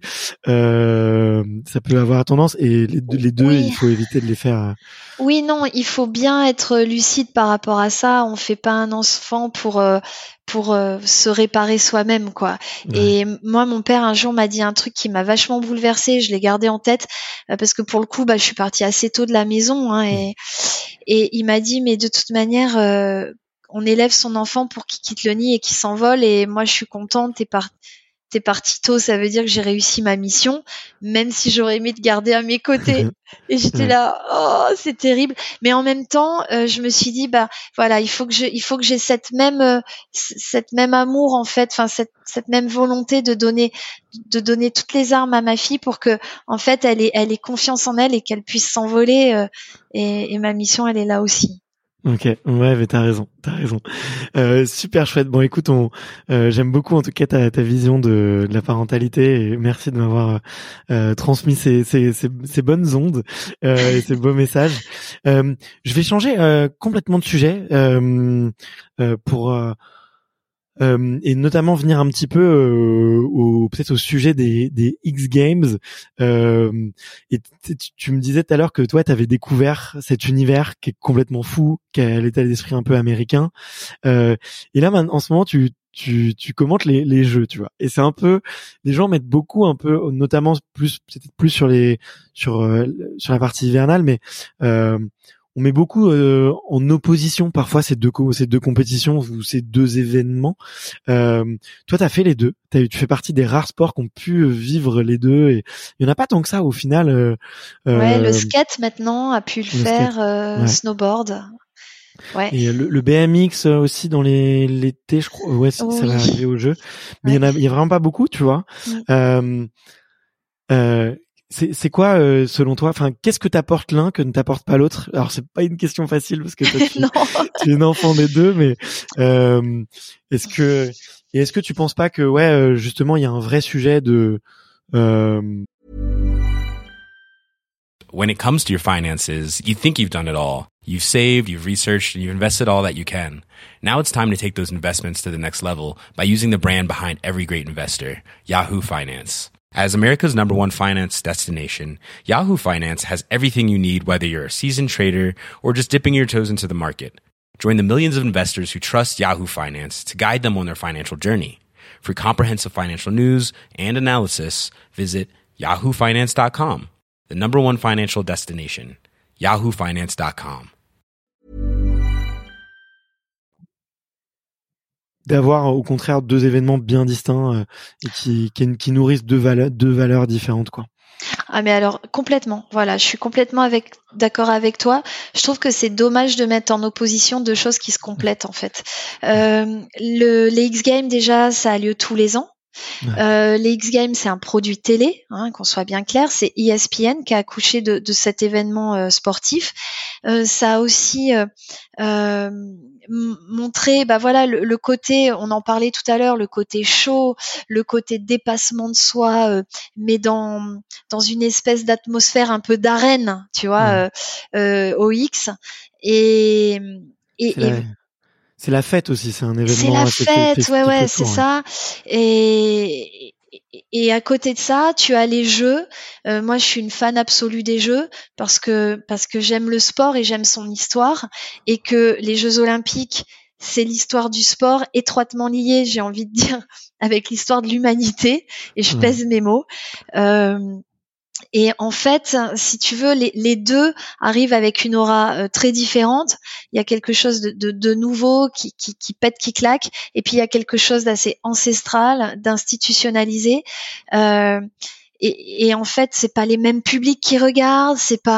B: Ça peut avoir tendance, et les deux,
C: Oui.
B: il faut éviter de les faire.
C: Oui, non, il faut bien être lucide par rapport à ça. On fait pas un enfant pour se réparer soi-même, quoi.
B: Ouais.
C: Et moi, mon père un jour m'a dit un truc qui m'a vachement bouleversée. Je l'ai gardé en tête parce que pour le coup, je suis partie assez tôt de la maison, hein, et il m'a dit, mais de toute manière, on élève son enfant pour qu'il quitte le nid et qu'il s'envole. Et moi, je suis contente. T'es parti tôt, ça veut dire que j'ai réussi ma mission, même si j'aurais aimé te garder à mes côtés. Et j'étais là, oh, c'est terrible. Mais en même temps, je me suis dit, voilà, il faut que j'ai cette même amour, en fait, enfin cette même volonté de donner toutes les armes à ma fille pour que, en fait, elle ait confiance en elle et qu'elle puisse s'envoler. Et ma mission, elle est là aussi.
B: Ok, ouais, mais t'as raison. Super chouette. Bon, écoute, j'aime beaucoup en tout cas ta vision de la parentalité, et merci de m'avoir transmis ces bonnes ondes et ces beaux messages. Je vais changer complètement de sujet pour et notamment venir un petit peu peut-être au sujet des X Games. Et tu me disais tout à l'heure que toi, t'avais découvert cet univers qui est complètement fou, qui a l'état d'esprit un peu américain. Et là, en ce moment, tu commentes les jeux, tu vois. Et c'est un peu, les gens mettent beaucoup, un peu, notamment peut-être plus sur la partie hivernale, mais on met beaucoup en opposition parfois ces deux compétitions ou ces deux événements. Toi, t'as fait les deux. Tu fais partie des rares sports qui ont pu vivre les deux, et il y en a pas tant que ça au final.
C: Ouais, le skate maintenant a pu le faire,
B: ouais.
C: Snowboard. Ouais.
B: Et le BMX aussi dans l'été, je crois. Ouais, ça va arriver au jeu. Mais il y a vraiment pas beaucoup, tu vois. C'est quoi selon toi, enfin, qu'est-ce que t'apporte l'un que ne t'apporte pas l'autre? Alors c'est pas une question facile parce que toi, tu es une enfant des deux, mais est-ce que tu penses pas que justement il y a un vrai sujet de
D: When it comes to your finances, you think you've done it all. You've saved, you've researched, and you've invested all that you can. Now it's time to take those investments to the next level by using the brand behind every great investor, Yahoo Finance. As America's #1 finance destination, Yahoo Finance has everything you need, whether you're a seasoned trader or just dipping your toes into the market. Join the millions of investors who trust Yahoo Finance to guide them on their financial journey. For comprehensive financial news and analysis, visit yahoofinance.com. The #1 financial destination, yahoofinance.com.
B: d'avoir au contraire deux événements bien distincts et qui nourrissent deux valeurs différentes, quoi.
C: Ah mais alors complètement, voilà, je suis complètement d'accord avec toi. Je trouve que c'est dommage de mettre en opposition deux choses qui se complètent en fait. Les X Games déjà, ça a lieu tous les ans. Les X Games, c'est un produit télé, hein, qu'on soit bien clair. C'est ESPN qui a accouché de cet événement sportif. Ça a aussi montré, voilà, le côté, on en parlait tout à l'heure, le côté show, le côté dépassement de soi, mais dans une espèce d'atmosphère un peu d'arène, tu vois, au X.
B: C'est la fête aussi, c'est un événement.
C: C'est la fête, ouais, c'est ça. Et à côté de ça, tu as les jeux. Moi, je suis une fan absolue des jeux parce que j'aime le sport et j'aime son histoire, et que les Jeux Olympiques, c'est l'histoire du sport étroitement liée, j'ai envie de dire, avec l'histoire de l'humanité. Et je pèse mes mots. Et en fait, si tu veux, les deux arrivent avec une aura très différente. Il y a quelque chose de nouveau qui pète, qui claque, et puis il y a quelque chose d'assez ancestral, d'institutionnalisé. et en fait c'est pas les mêmes publics qui regardent, c'est pas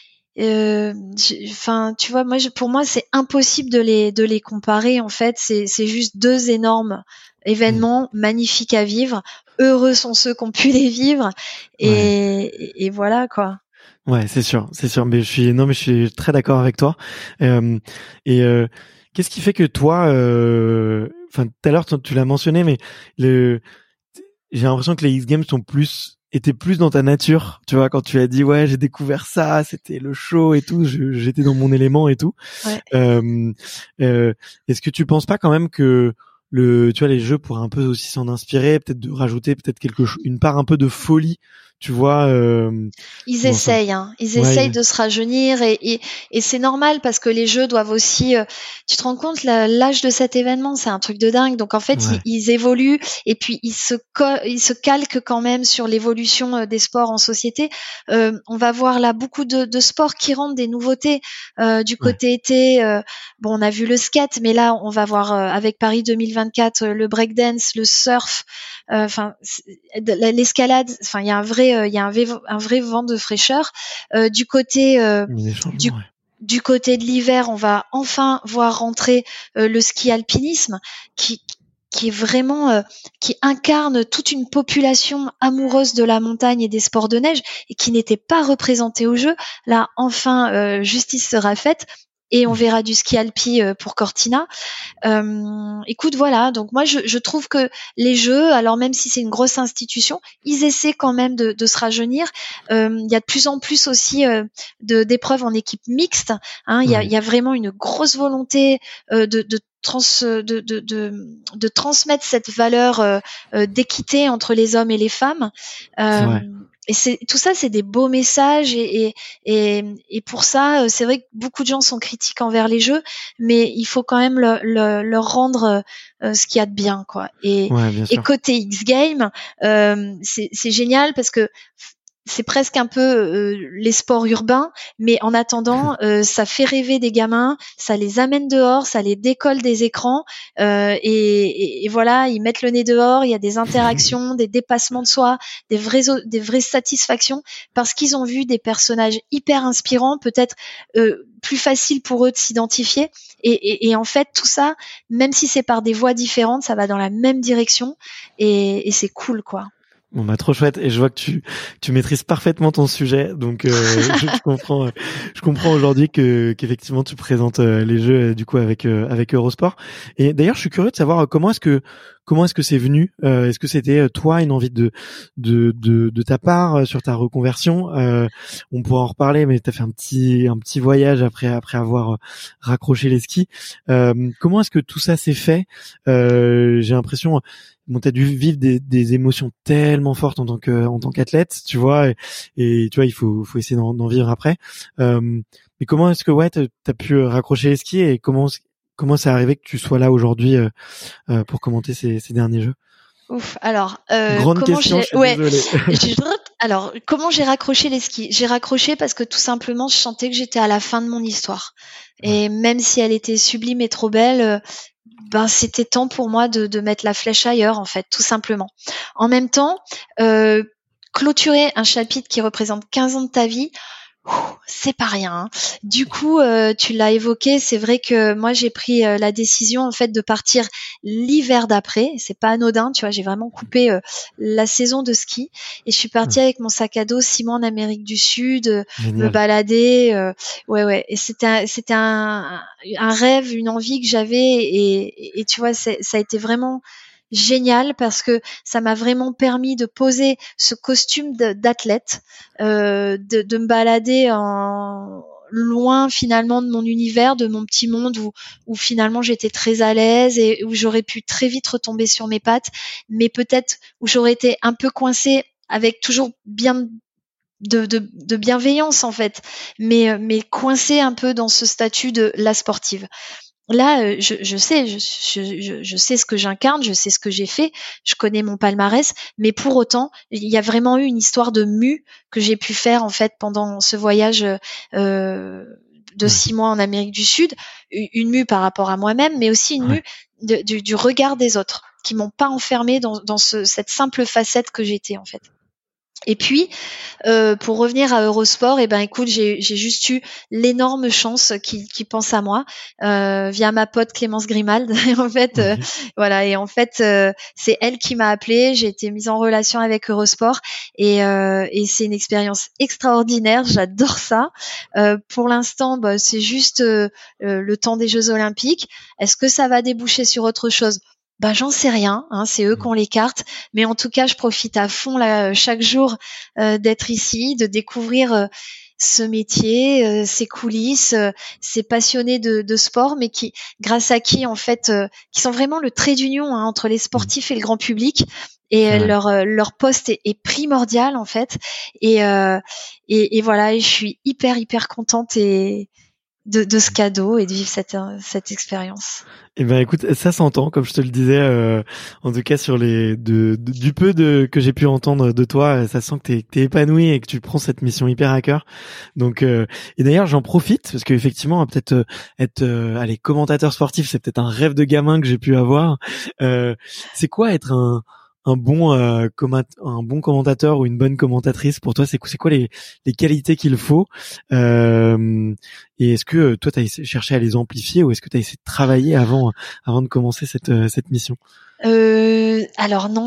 C: enfin tu vois, pour moi c'est impossible de les comparer. En fait c'est juste deux énormes événements magnifiques à vivre. Heureux sont ceux qui ont pu les vivre et voilà quoi.
B: Ouais, c'est sûr. Mais je suis très d'accord avec toi. Qu'est-ce qui fait que toi, enfin, tout à l'heure, tu l'as mentionné, mais j'ai l'impression que les X Games étaient plus dans ta nature. Tu vois, quand tu as dit, ouais, j'ai découvert ça, c'était le show et tout, j'étais dans mon élément et tout.
C: Ouais.
B: Est-ce que tu penses pas quand même que tu vois, les jeux pourraient un peu aussi s'en inspirer, peut-être de rajouter peut-être une part un peu de folie, tu vois.
C: Ils essayent de se rajeunir et c'est normal parce que les jeux doivent aussi. Tu te rends compte l'âge de cet événement, c'est un truc de dingue. Donc en fait, ils évoluent et puis ils se calquent quand même sur l'évolution des sports en société. On va voir là beaucoup de sports qui rendent des nouveautés du côté été. Bon, on a vu le skate, mais là on va voir avec Paris 2024 le breakdance, le surf, enfin l'escalade. Enfin, il y a un vrai vent de fraîcheur. Du côté du côté de l'hiver, on va enfin voir rentrer le ski alpinisme qui est vraiment qui incarne toute une population amoureuse de la montagne et des sports de neige et qui n'était pas représentée au jeu. Là, enfin, justice sera faite. Et on verra du ski alpi pour Cortina. Écoute, voilà. Donc moi, je trouve que les jeux, alors même si c'est une grosse institution, ils essaient quand même de se rajeunir. Il y a de plus en plus aussi d'épreuves en équipe mixte. Il y a vraiment une grosse volonté de transmettre cette valeur d'équité entre les hommes et les femmes. Et tout ça, c'est des beaux messages et pour ça, c'est vrai que beaucoup de gens sont critiques envers les jeux, mais il faut quand même leur rendre ce qu'il y a de bien, quoi. Et côté X Games, c'est génial parce que c'est presque un peu les sports urbains, mais en attendant, ça fait rêver des gamins, ça les amène dehors, ça les décolle des écrans, et voilà, ils mettent le nez dehors, il y a des interactions, des dépassements de soi, des vraies satisfactions, parce qu'ils ont vu des personnages hyper inspirants, peut-être plus facile pour eux de s'identifier, et en fait tout ça, même si c'est par des voies différentes, ça va dans la même direction, et c'est cool, quoi.
B: Bon, bah, trop chouette. Et je vois que tu maîtrises parfaitement ton sujet. Donc, je comprends aujourd'hui qu'effectivement tu présentes les jeux du coup avec Eurosport. Et d'ailleurs, je suis curieux de savoir comment est-ce que c'est venu. Est-ce que c'était toi une envie de ta part sur ta reconversion? On pourra en reparler, mais t'as fait un petit voyage après avoir raccroché les skis. Comment est-ce que tout ça s'est fait? J'ai l'impression, bon, t'as dû vivre des émotions tellement fortes en tant qu'athlète, tu vois, et tu vois, il faut essayer d'en vivre après. Mais comment est-ce que t'as pu raccrocher les skis et comment c'est arrivé que tu sois là aujourd'hui pour commenter ces derniers jeux?
C: Ouf, alors
B: grande question, je suis désolée.
C: Alors, comment j'ai raccroché les skis? J'ai raccroché parce que tout simplement, je sentais que j'étais à la fin de mon histoire. Et même si elle était sublime et trop belle, c'était temps pour moi de mettre la flèche ailleurs, en fait, tout simplement. En même temps, clôturer un chapitre qui représente 15 ans de ta vie, c'est pas rien. Hein. Du coup, tu l'as évoqué, c'est vrai que moi j'ai pris la décision en fait de partir l'hiver d'après. C'est pas anodin, tu vois. J'ai vraiment coupé la saison de ski et je suis partie avec mon sac à dos 6 mois en Amérique du Sud, me balader. Ouais. Et c'était un rêve, une envie que j'avais et tu vois, ça a été vraiment génial parce que ça m'a vraiment permis de poser ce costume d'athlète, de me balader loin finalement de mon univers, de mon petit monde où finalement j'étais très à l'aise et où j'aurais pu très vite retomber sur mes pattes, mais peut-être où j'aurais été un peu coincée avec toujours bien de bienveillance en fait, mais coincée un peu dans ce statut de la sportive. Là, je sais ce que j'incarne, je sais ce que j'ai fait, je connais mon palmarès, mais pour autant, il y a vraiment eu une histoire de mue que j'ai pu faire en fait pendant ce voyage de 6 mois en Amérique du Sud, une mue par rapport à moi-même, mais aussi une mue du regard des autres, qui m'ont pas enfermée dans cette simple facette que j'étais en fait. Et puis, pour revenir à Eurosport, écoute, j'ai juste eu l'énorme chance qu'ils pensent à moi via ma pote Clémence Grimald. En fait, voilà. Et en fait, c'est elle qui m'a appelée. J'ai été mise en relation avec Eurosport et c'est une expérience extraordinaire. J'adore ça. Pour l'instant, c'est juste le temps des Jeux Olympiques. Est-ce que ça va déboucher sur autre chose? J'en sais rien, hein, c'est eux qui ont les cartes, mais en tout cas, je profite à fond là chaque jour d'être ici, de découvrir ce métier, ces coulisses, ces passionnés de sport, mais grâce à qui en fait, qui sont vraiment le trait d'union entre les sportifs et le grand public. Et leur poste est primordial en fait. Et voilà, et je suis hyper contente de ce cadeau et de vivre cette expérience.
B: Eh ben écoute, ça s'entend, comme je te le disais, en tout cas sur du peu que j'ai pu entendre de toi, ça sent que t'es épanoui et que tu prends cette mission hyper à cœur. Donc et d'ailleurs j'en profite parce qu'effectivement peut-être être commentateur sportif, c'est peut-être un rêve de gamin que j'ai pu avoir. C'est quoi être un bon commentateur ou une bonne commentatrice pour toi? C'est quoi les qualités qu'il faut, et est-ce que toi t'as cherché à les amplifier ou est-ce que t'as essayé de travailler avant de commencer cette mission?
C: Alors non,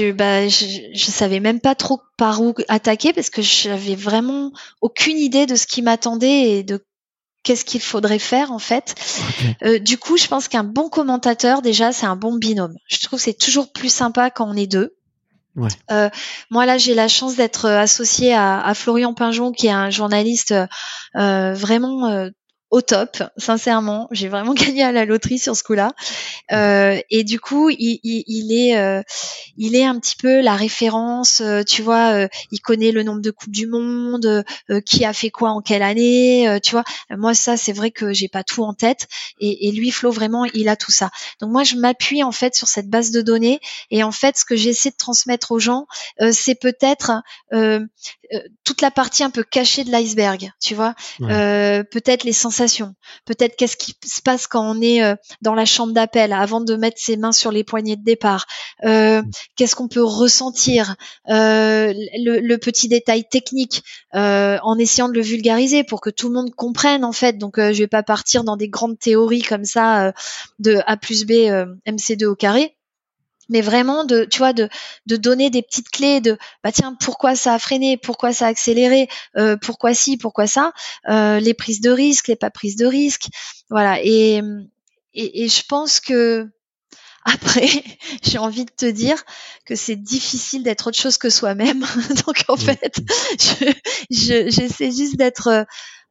C: je savais même pas trop par où attaquer parce que j'avais vraiment aucune idée de ce qui m'attendait et de qu'est-ce qu'il faudrait faire en fait. Okay. Du coup, je pense qu'un bon commentateur, déjà, c'est un bon binôme. Je trouve que c'est toujours plus sympa quand on est deux. Ouais. Moi là, j'ai la chance d'être associée à Florian Pinjon, qui est un journaliste vraiment au top. Sincèrement, j'ai vraiment gagné à la loterie sur ce coup-là. Et du coup, il est un petit peu la référence. Tu vois, il connaît le nombre de coupes du monde, qui a fait quoi en quelle année. Tu vois, moi ça, c'est vrai que j'ai pas tout en tête. Et lui, Flo, vraiment, il a tout ça. Donc moi, je m'appuie en fait sur cette base de données. Et en fait, ce que j'essaie de transmettre aux gens, c'est peut-être toute la partie un peu cachée de l'iceberg. Tu vois, peut-être les sensations, peut-être qu'est-ce qui se passe quand on est dans la chambre d'appel avant de mettre ses mains sur les poignées de départ, qu'est-ce qu'on peut ressentir, le petit détail technique, en essayant de le vulgariser pour que tout le monde comprenne en fait. Donc je vais pas partir dans des grandes théories comme ça de A plus B MC2 au carré, mais vraiment de donner des petites clés de tiens, pourquoi ça a freiné, pourquoi ça a accéléré, pourquoi ci, pourquoi ça, les prises de risque, les pas prises de risque, voilà. Et je pense que après, j'ai envie de te dire que c'est difficile d'être autre chose que soi-même. Donc en fait, j'essaie juste d'être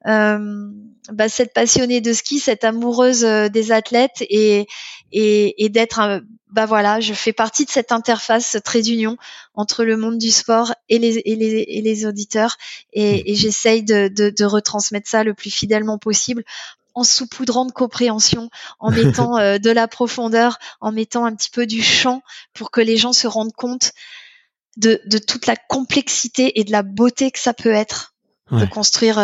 C: cette passionnée de ski, cette amoureuse des athlètes et d'être je fais partie de cette interface, ce trait d'union entre le monde du sport et les auditeurs et j'essaye de retransmettre ça le plus fidèlement possible, en saupoudrant de compréhension, en mettant de la profondeur, en mettant un petit peu du chant pour que les gens se rendent compte de toute la complexité et de la beauté que ça peut être de construire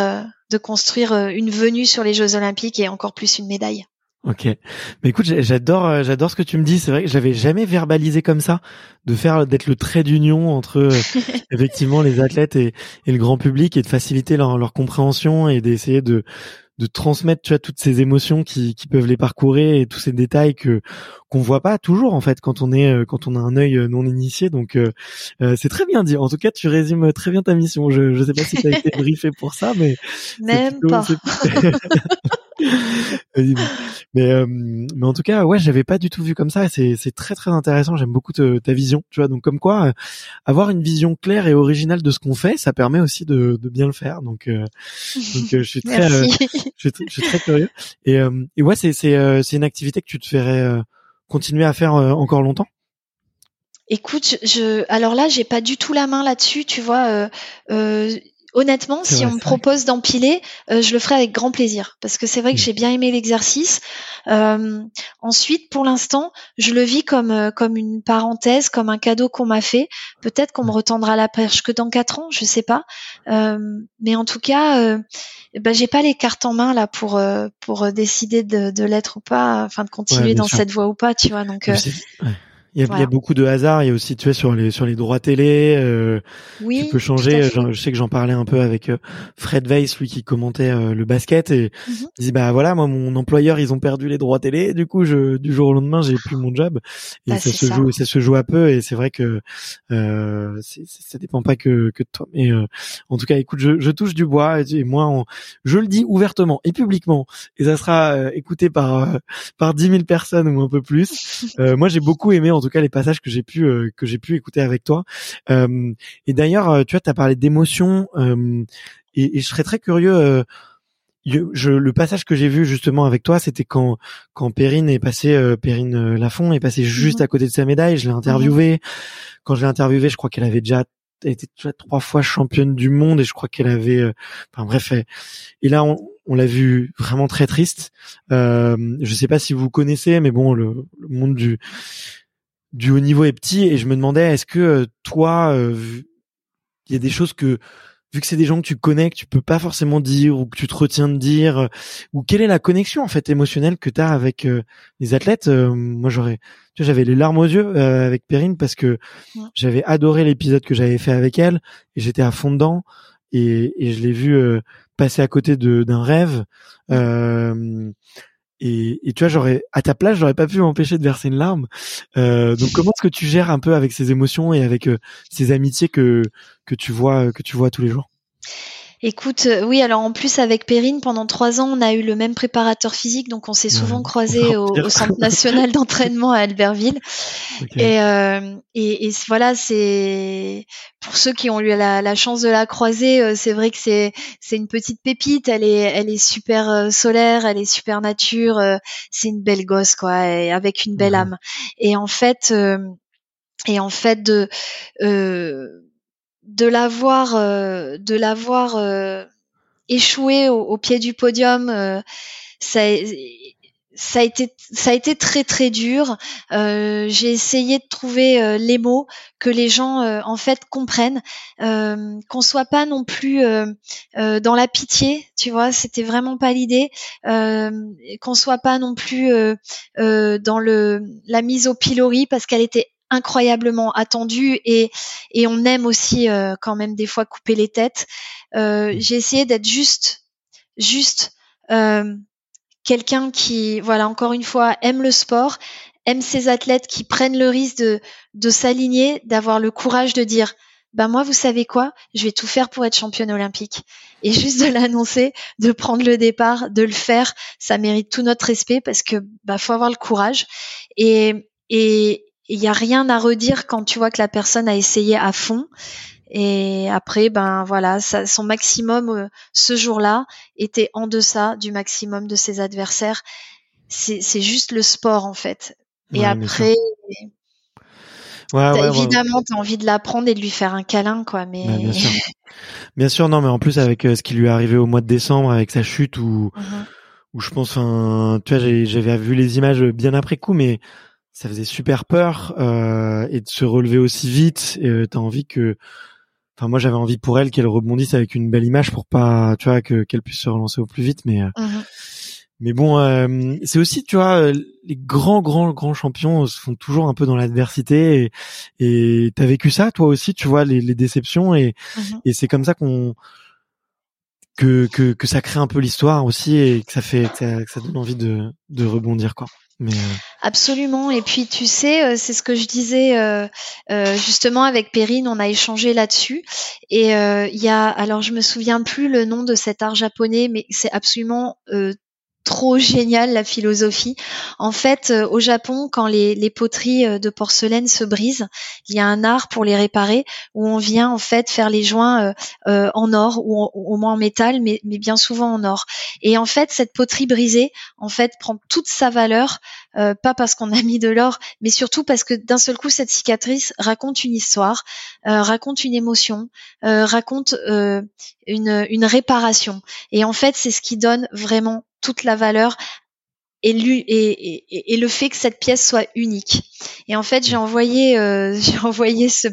C: une venue sur les Jeux Olympiques et encore plus une médaille.
B: Ok, mais écoute, j'adore ce que tu me dis. C'est vrai que j'avais jamais verbalisé comme ça, d'être le trait d'union entre effectivement les athlètes et le grand public et de faciliter leur compréhension et d'essayer de transmettre, tu vois, toutes ces émotions qui peuvent les parcourir et tous ces détails qu'on voit pas toujours en fait quand on a un œil non initié. Donc c'est très bien dit. En tout cas, tu résumes très bien ta mission. Je sais pas si tu as été briefé pour ça, mais
C: même pas.
B: Mais en tout cas, ouais, j'avais pas du tout vu comme ça. Et c'est très très intéressant. J'aime beaucoup ta vision, tu vois. Donc comme quoi, avoir une vision claire et originale de ce qu'on fait, ça permet aussi de bien le faire. Donc je suis très je suis très curieux. Et ouais, c'est une activité que tu te ferais continuer à faire encore longtemps?
C: Écoute, alors là, j'ai pas du tout la main là-dessus, tu vois. Honnêtement, si on me propose d'empiler, je le ferai avec grand plaisir parce que c'est vrai que j'ai bien aimé l'exercice. Ensuite, pour l'instant, je le vis comme une parenthèse, comme un cadeau qu'on m'a fait. Peut-être qu'on me retendra la perche que dans 4 ans, je sais pas. Mais en tout cas, j'ai pas les cartes en main là pour décider de l'être ou pas, enfin de continuer dans cette voie ou pas, tu vois. Donc
B: Il y a beaucoup de hasard. Il y a aussi, tu vois, sur les droits télé,
C: Oui,
B: tu peux changer. Je sais que j'en parlais un peu avec Fred Weiss, lui qui commentait le basket, et il dit bah voilà, moi mon employeur ils ont perdu les droits télé, du coup du jour au lendemain j'ai plus mon job, et ça se joue à peu, et c'est vrai que ça dépend pas que de toi. Mais en tout cas, écoute, je touche du bois, et moi je le dis ouvertement et publiquement, et ça sera écouté par 10 000 personnes ou un peu plus. Moi j'ai beaucoup aimé en tout cas les passages que j'ai pu écouter avec toi. Et d'ailleurs, tu vois, t'as parlé d'émotion, et je serais très curieux. Le passage que j'ai vu justement avec toi, c'était quand Perrine est passée, Perrine Lafont est passée juste à côté de sa médaille. Je l'ai interviewée. Quand je l'ai interviewée, je crois qu'elle avait déjà été 3 fois championne du monde, et je crois qu'elle avait, enfin bref. Et là, on l'a vu vraiment très triste. Je sais pas si vous connaissez, mais bon, le monde du haut niveau est petit, et je me demandais, est-ce que toi, il y a des choses que, vu que c'est des gens que tu connais, que tu peux pas forcément dire, ou que tu te retiens de dire, ou quelle est la connexion en fait émotionnelle que tu as avec les athlètes? Moi j'avais les larmes aux yeux avec Perrine, parce que j'avais adoré l'épisode que j'avais fait avec elle, et j'étais à fond dedans, et je l'ai vu passer à côté d'un rêve. Et tu vois, à ta place, j'aurais pas pu m'empêcher de verser une larme. Donc comment est-ce que tu gères un peu avec ces émotions et avec ces amitiés que tu vois tous les jours?
C: Écoute, oui, alors en plus avec Perrine, pendant 3 ans, on a eu le même préparateur physique, donc on s'est souvent croisés au Centre national d'entraînement à Albertville. Okay. Et voilà, c'est pour ceux qui ont eu la chance de la croiser, c'est vrai que c'est une petite pépite. Elle est super solaire, elle est super nature. C'est une belle gosse, quoi, et avec une belle âme. Et en fait de l'avoir échoué au pied du podium, ça a été très très dur. J'ai essayé de trouver les mots que les gens en fait comprennent, qu'on soit pas non plus dans la pitié, tu vois, c'était vraiment pas l'idée, qu'on soit pas non plus dans la mise au pilori, parce qu'elle était incroyablement attendue, et on aime aussi quand même des fois couper les têtes. J'ai essayé d'être juste quelqu'un qui, voilà, encore une fois, aime le sport, aime ses athlètes qui prennent le risque de s'aligner, d'avoir le courage de dire moi, vous savez quoi, je vais tout faire pour être championne olympique. Et juste de l'annoncer, de prendre le départ, de le faire, ça mérite tout notre respect, parce que faut avoir le courage. Et il y a rien à redire quand tu vois que la personne a essayé à fond. Et après, voilà, son maximum ce jour-là était en deçà du maximum de ses adversaires. C'est juste le sport, en fait. Et après, évidemment, t'as envie de la prendre et de lui faire un câlin, quoi. Mais
B: bien sûr, non, mais en plus avec ce qui lui est arrivé au mois de décembre avec sa chute, où je pense, tu vois, j'avais vu les images bien après coup, mais ça faisait super peur, et de se relever aussi vite. T'as envie moi j'avais envie pour elle qu'elle rebondisse avec une belle image, pour pas, tu vois, qu'elle puisse se relancer au plus vite. Mais bon, c'est aussi, tu vois, les grands champions se font toujours un peu dans l'adversité, et t'as vécu ça toi aussi, tu vois, les déceptions, et c'est comme ça que ça crée un peu l'histoire aussi, et que ça donne envie de rebondir, quoi.
C: Absolument. Et puis tu sais, c'est ce que je disais justement avec Perrine, on a échangé là-dessus. Et il y a, alors je me souviens plus le nom de cet art japonais, mais c'est absolument trop génial, la philosophie. En fait, au Japon, quand les poteries de porcelaine se brisent, il y a un art pour les réparer, où on vient en fait faire les joints en or, ou au moins en métal, mais bien souvent en or. Et en fait, cette poterie brisée, en fait, prend toute sa valeur, pas parce qu'on a mis de l'or, mais surtout parce que d'un seul coup, cette cicatrice raconte une histoire, raconte une émotion, raconte une réparation. Et en fait, c'est ce qui donne vraiment toute la valeur et le fait que cette pièce soit unique. Et en fait, j'ai envoyé ce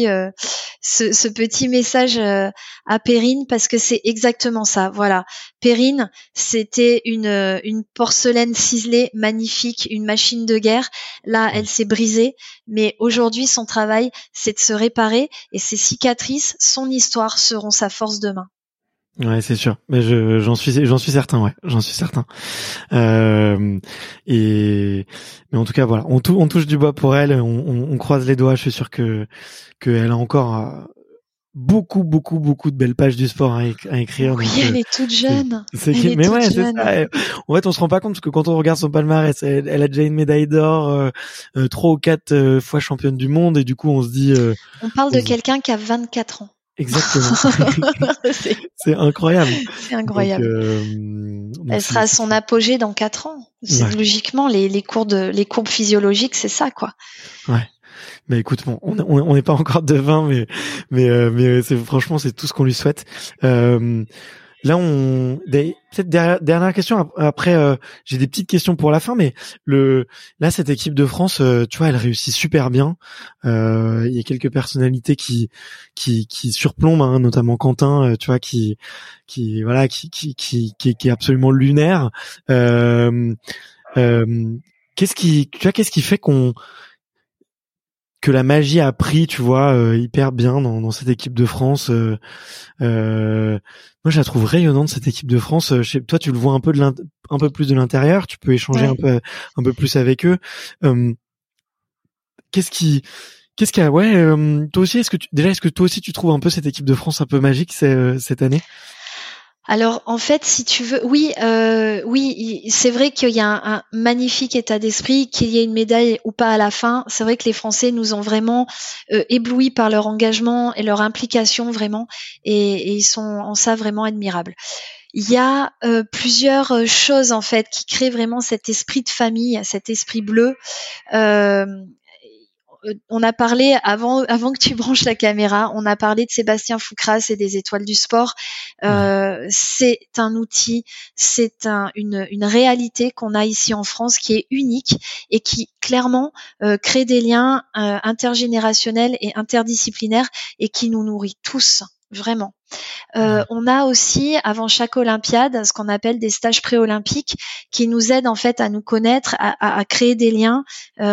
C: petit message à Perrine parce que c'est exactement ça. Voilà, Perrine, c'était une porcelaine ciselée magnifique, une machine de guerre. Là, elle s'est brisée, mais aujourd'hui, son travail, c'est de se réparer, et ses cicatrices, son histoire seront sa force demain.
B: Ouais, c'est sûr. Mais j'en suis certain, ouais. J'en suis certain. Mais en tout cas, voilà. On touche du bois pour elle. On croise les doigts. Je suis sûr qu'elle a encore beaucoup de belles pages du sport à écrire.
C: Oui,
B: donc,
C: elle est toute jeune.
B: Mais ouais, c'est ça. En fait, on se rend pas compte parce que quand on regarde son palmarès, elle a déjà une médaille d'or, 3 ou 4 fois championne du monde, et du coup, on se dit.
C: On parle de quelqu'un qui a 24 ans.
B: Exactement. C'est incroyable.
C: C'est incroyable.
B: Donc,
C: elle sera à son apogée dans 4 ans.
B: Ouais.
C: Logiquement, les courbes physiologiques, c'est ça, quoi.
B: Ouais. Mais écoute, bon, on n'est pas encore devin, mais franchement, c'est tout ce qu'on lui souhaite. Là, peut-être dernière question. Après, j'ai des petites questions pour la fin, mais là, cette équipe de France, tu vois, elle réussit super bien. Il y a quelques personnalités qui surplombent, hein, notamment Quentin, tu vois, qui est absolument lunaire. Qu'est-ce qui fait que la magie a pris, tu vois, hyper bien dans cette équipe de France. Moi, je la trouve rayonnante, cette équipe de France. Toi, tu le vois un peu plus de l'intérieur. Tu peux échanger un peu plus avec eux. Qu'est-ce qui a, toi aussi, est-ce que toi aussi tu trouves un peu cette équipe de France un peu magique cette année?
C: Alors en fait, si tu veux, oui, c'est vrai qu'il y a un magnifique état d'esprit, qu'il y ait une médaille ou pas à la fin. C'est vrai que les Français nous ont vraiment éblouis par leur engagement et leur implication vraiment, et ils sont en ça vraiment admirables. Il y a plusieurs choses en fait qui créent vraiment cet esprit de famille, cet esprit bleu. On a parlé avant que tu branches la caméra, on a parlé de Sébastien Foucras et des étoiles du sport. C'est un outil, c'est une réalité qu'on a ici en France qui est unique et qui clairement crée des liens intergénérationnels et interdisciplinaires et qui nous nourrit tous. Vraiment. On a aussi, avant chaque Olympiade, ce qu'on appelle des stages pré-olympiques qui nous aident en fait à nous connaître, à créer des liens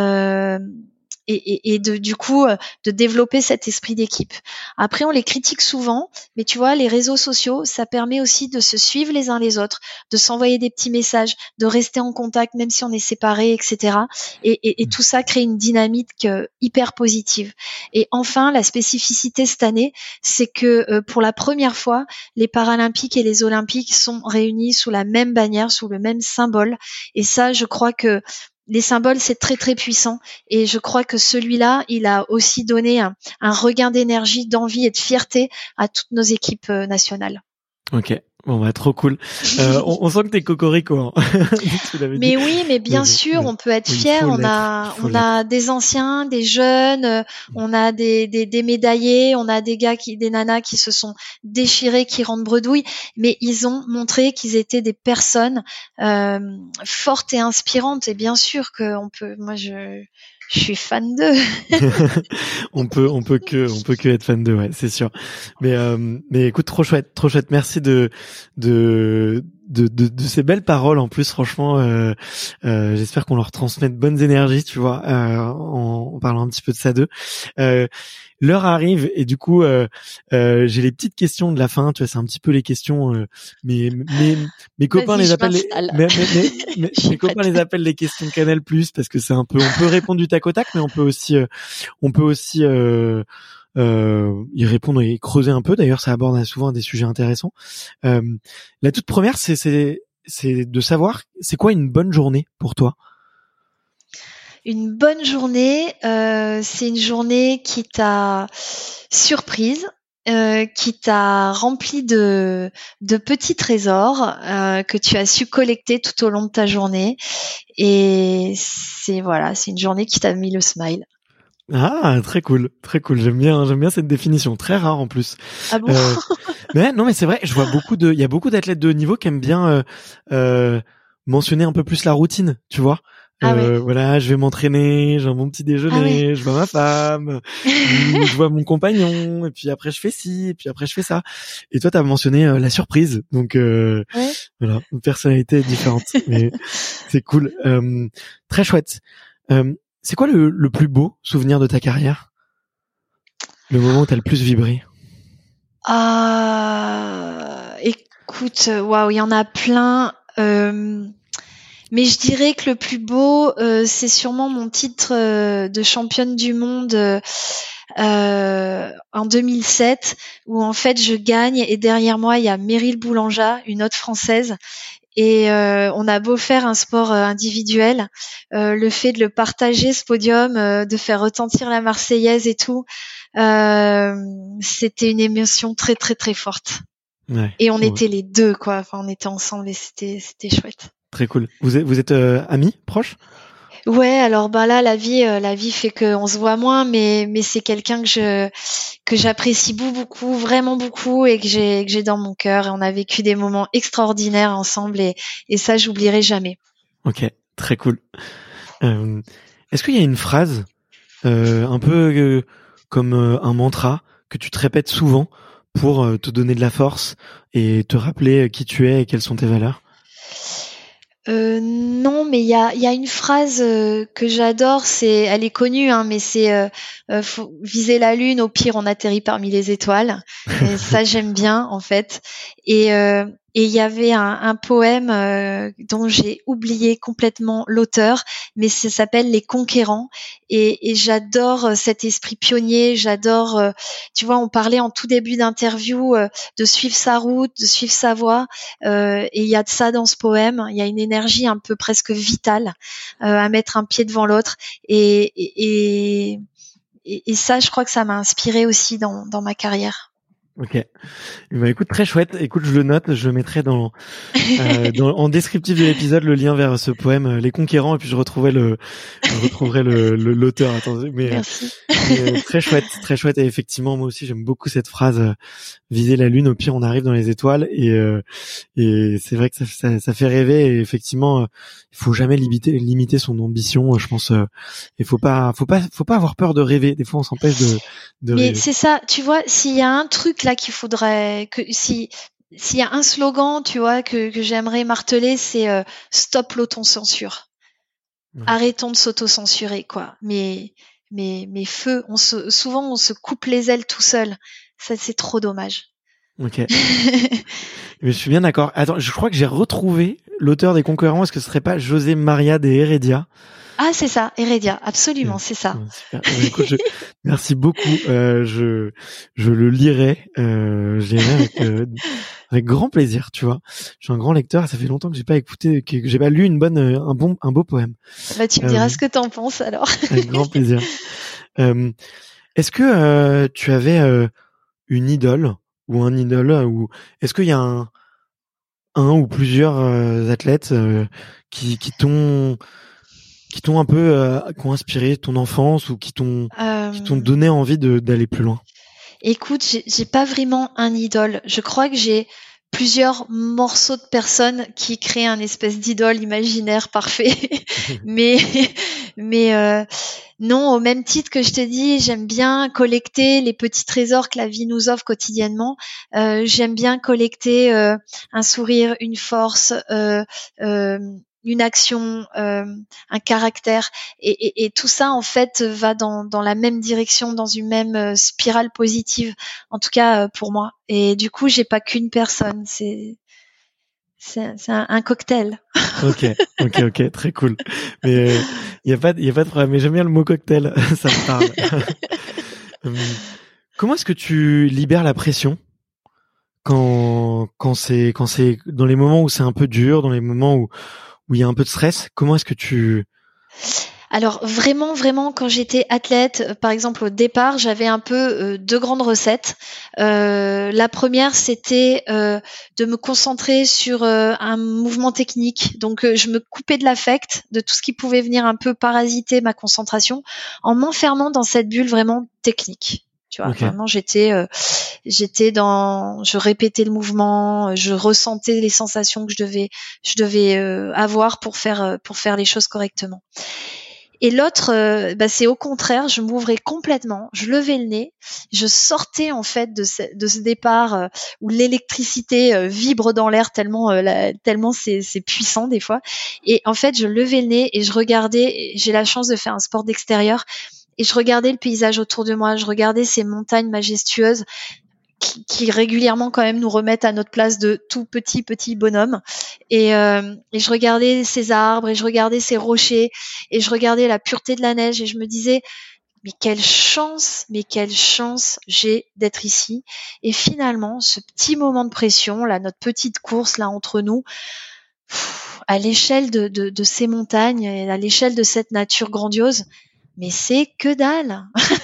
C: et du coup de développer cet esprit d'équipe. Après, on les critique souvent, mais tu vois, les réseaux sociaux, ça permet aussi de se suivre les uns les autres, de s'envoyer des petits messages, de rester en contact même si on est séparés, etc. Et tout ça crée une dynamique hyper positive. Et enfin, la spécificité cette année, c'est que pour la première fois, les Paralympiques et les Olympiques sont réunis sous la même bannière, sous le même symbole. Et ça, je crois que les symboles, c'est très très puissant, et je crois que celui-là, il a aussi donné un regain d'énergie, d'envie et de fierté à toutes nos équipes nationales.
B: Ok, bon bah trop cool. On sent que t'es cocorico. Hein.
C: Mais oui, mais bien sûr, on peut être fier. On a des anciens, des jeunes, on a des médaillés, on a des nanas qui se sont déchirés, qui rentrent bredouilles, mais ils ont montré qu'ils étaient des personnes fortes et inspirantes. Et bien sûr que moi je suis fan d'eux.
B: on peut que être fan d'eux, ouais, c'est sûr. Mais écoute, trop chouette. Merci de ces belles paroles en plus, franchement. J'espère qu'on leur transmet de bonnes énergies, tu vois, en parlant un petit peu de ça d'eux. L'heure arrive et du coup j'ai les petites questions de la fin, tu vois, c'est un petit peu les questions mes copains les appellent mes copains les appellent les questions de Canal+ parce que c'est un peu, on peut répondre du tac au tac, mais on peut aussi y répondre et creuser un peu. D'ailleurs, ça aborde souvent des sujets intéressants. La toute première, c'est de savoir c'est quoi une bonne journée pour toi.
C: Une bonne journée, c'est une journée qui t'a surprise, qui t'a rempli de petits trésors que tu as su collecter tout au long de ta journée. Et c'est une journée qui t'a mis le smile.
B: Ah, très cool. J'aime bien cette définition, très rare en plus.
C: Ah bon?
B: Mais c'est vrai, je vois il y a beaucoup d'athlètes de haut niveau qui aiment bien mentionner un peu plus la routine, tu vois.
C: Ouais.
B: Voilà, je vais m'entraîner, j'ai un bon petit déjeuner, je vois ma femme, je vois mon compagnon, et puis après je fais ci, et puis après je fais ça. Et toi, t'as mentionné la surprise, donc voilà, une personnalité différente, mais c'est cool, très chouette. C'est quoi le plus beau souvenir de ta carrière? Le moment où t'as le plus vibré?
C: Écoute, waouh, il y en a plein. Mais je dirais que le plus beau, c'est sûrement mon titre de championne du monde en 2007, où en fait je gagne et derrière moi il y a Meryl Boulanja, une autre française. Et on a beau faire un sport individuel, le fait de le partager, ce podium, de faire retentir la Marseillaise et tout, c'était une émotion très très très forte.
B: Ouais,
C: et on était les deux, quoi. Enfin, on était ensemble et c'était chouette.
B: Très cool. Vous êtes amis, proches?
C: Ouais, alors là, la vie fait qu'on se voit moins, mais c'est quelqu'un que j'apprécie beaucoup, vraiment beaucoup, et que j'ai dans mon cœur. Et on a vécu des moments extraordinaires ensemble, et ça, j'oublierai jamais.
B: Ok, très cool. Est-ce qu'il y a une phrase un peu comme un mantra que tu te répètes souvent pour te donner de la force et te rappeler qui tu es et quelles sont tes valeurs?
C: Non, mais il y a une phrase que j'adore, elle est connue, hein, mais c'est faut viser la lune, au pire on atterrit parmi les étoiles. Et ça j'aime bien en fait. Et il y avait un poème dont j'ai oublié complètement l'auteur, mais ça s'appelle Les Conquérants. Et j'adore cet esprit pionnier. J'adore, tu vois, on parlait en tout début d'interview de suivre sa route, de suivre sa voie. Et il y a de ça dans ce poème. Il y a une énergie un peu presque vitale à mettre un pied devant l'autre. Et ça, je crois que ça m'a inspiré aussi dans ma carrière.
B: Ok. Bah écoute, très chouette. Écoute, je le note, je mettrai en descriptif de l'épisode le lien vers ce poème Les Conquérants, et puis je retrouverai l'auteur. Attendez, mais très chouette. Et effectivement, moi aussi, j'aime beaucoup cette phrase viser la lune, au pire on arrive dans les étoiles. Et c'est vrai que ça fait rêver. Et effectivement, il faut jamais limiter son ambition. Je pense, il faut pas avoir peur de rêver. Des fois, on s'empêche de
C: Mais
B: rêver.
C: c'est ça, tu vois, s'il y a un truc là qu'il faudrait s'il y a un slogan, tu vois, que j'aimerais marteler, c'est stop l'autocensure. Ouais. Arrêtons de s'autocensurer, quoi. Mais feu, souvent on se coupe les ailes tout seul. Ça, c'est trop dommage.
B: Ok. Je suis bien d'accord. Attends, je crois que j'ai retrouvé l'auteur des Conquérants. Est-ce que ce serait pas José María de Heredia?
C: Ah, c'est ça, Heredia, absolument, c'est ça.
B: Super. Écoute, merci beaucoup. Je le lirai. Je lirai avec grand plaisir. Tu vois, je suis un grand lecteur. Et ça fait longtemps que j'ai pas écouté, que j'ai pas lu un beau poème.
C: Bah, tu me diras ce que t'en penses alors.
B: Avec grand plaisir. Est-ce que tu avais une idole ou un idole, ou est-ce qu'il y a un ou plusieurs athlètes qui t'ont un peu qui ont inspiré ton enfance, ou qui t'ont donné envie d'aller plus loin?
C: Écoute, j'ai pas vraiment un idole. Je crois que j'ai plusieurs morceaux de personnes qui créent un espèce d'idole imaginaire parfait. mais non, au même titre que je te dis, j'aime bien collecter les petits trésors que la vie nous offre quotidiennement. J'aime bien collecter un sourire, une force, une action, un caractère, et tout ça en fait va dans la même direction, dans une même spirale positive, en tout cas pour moi. Et du coup, j'ai pas qu'une personne, c'est un cocktail.
B: Ok, très cool. Mais y a pas de problème. Mais j'aime bien le mot cocktail, ça me parle. Comment est-ce que tu libères la pression quand c'est dans les moments où c'est un peu dur, dans les moments où il y a un peu de stress? Comment est-ce que tu...
C: Alors vraiment, quand j'étais athlète, par exemple au départ, j'avais un peu deux grandes recettes. La première, c'était de me concentrer sur un mouvement technique. Donc je me coupais de l'affect, de tout ce qui pouvait venir un peu parasiter ma concentration, en m'enfermant dans cette bulle vraiment technique. Tu vois,
B: Okay.
C: vraiment, je répétais le mouvement, je ressentais les sensations que je devais avoir pour faire les choses correctement. Et l'autre, c'est au contraire, je m'ouvrais complètement, je levais le nez, je sortais en fait de ce départ où l'électricité vibre dans l'air tellement c'est puissant des fois. Et en fait, je levais le nez et je regardais. J'ai la chance de faire un sport d'extérieur et je regardais le paysage autour de moi, je regardais ces montagnes majestueuses qui régulièrement quand même nous remettent à notre place de tout petit bonhomme. Et je regardais ces arbres et je regardais ces rochers et je regardais la pureté de la neige et je me disais mais quelle chance j'ai d'être ici. Et finalement, ce petit moment de pression, là, notre petite course là entre nous, à l'échelle de ces montagnes et à l'échelle de cette nature grandiose, mais c'est que dalle.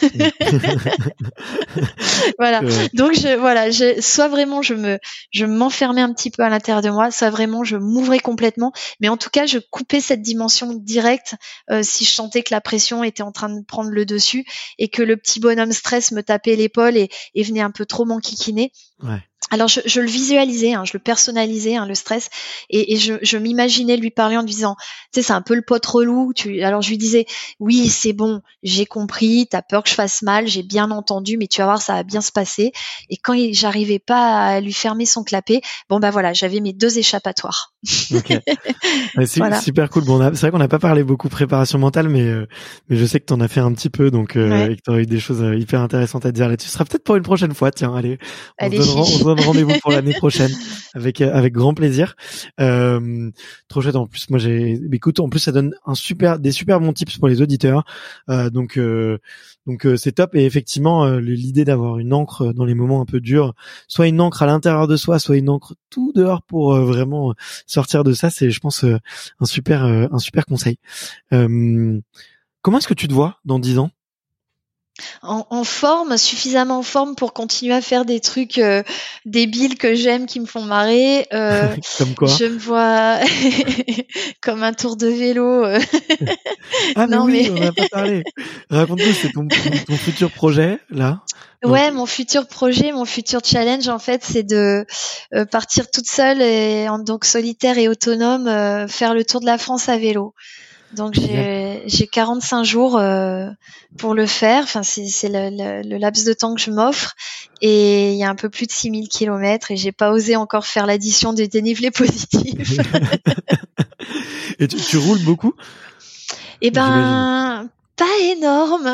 C: Voilà. Donc soit vraiment je m'enfermais un petit peu à l'intérieur de moi, soit vraiment je m'ouvrais complètement, mais en tout cas je coupais cette dimension directe si je sentais que la pression était en train de prendre le dessus et que le petit bonhomme stress me tapait l'épaule et venait un peu trop m'enquiquiner.
B: Ouais.
C: Alors je le visualisais, je le personnalisais, le stress, et je m'imaginais lui parler en lui disant, tu sais, c'est un peu le pote relou. Alors je lui disais, oui, c'est bon, j'ai compris, t'as peur que je fasse mal, j'ai bien entendu, mais tu vas voir, ça va bien se passer. Et quand j'arrivais pas à lui fermer son clapet, voilà, j'avais mes 2 échappatoires.
B: Okay. C'est
C: voilà.
B: Super cool. Bon, c'est vrai qu'on n'a pas parlé beaucoup préparation mentale, mais je sais que t'en as fait un petit peu, donc
C: Ouais.
B: et que t'auras eu des choses hyper intéressantes à dire là-dessus. Ce sera peut-être pour une prochaine fois. Tiens, allez, on se donne rendez-vous pour l'année prochaine avec grand plaisir. Trop chouette. En plus, moi écoute, en plus ça donne des super bons tips pour les auditeurs. Donc c'est top. Et effectivement, l'idée d'avoir une encre dans les moments un peu durs, soit une encre à l'intérieur de soi, soit une encre tout dehors pour vraiment sortir de ça, c'est, je pense, un super conseil. Comment est-ce que tu te vois dans 10 ans?
C: En forme, suffisamment en forme pour continuer à faire des trucs débiles que j'aime, qui me font marrer.
B: Comme quoi?
C: Je me vois comme un tour de vélo.
B: Ah mais
C: Non,
B: oui, on n'a pas parlé. Raconte-nous, c'est ton futur projet là. Donc...
C: Ouais, mon futur projet, mon futur challenge, en fait, c'est de partir toute seule et donc solitaire et autonome, faire le tour de la France à vélo. Donc j'ai 45 jours pour le faire. Enfin, c'est le laps de temps que je m'offre. Et il y a un peu plus de 6000 kilomètres et j'ai pas osé encore faire l'addition des dénivelés positifs.
B: Et tu roules beaucoup?
C: Eh ben, pas énorme.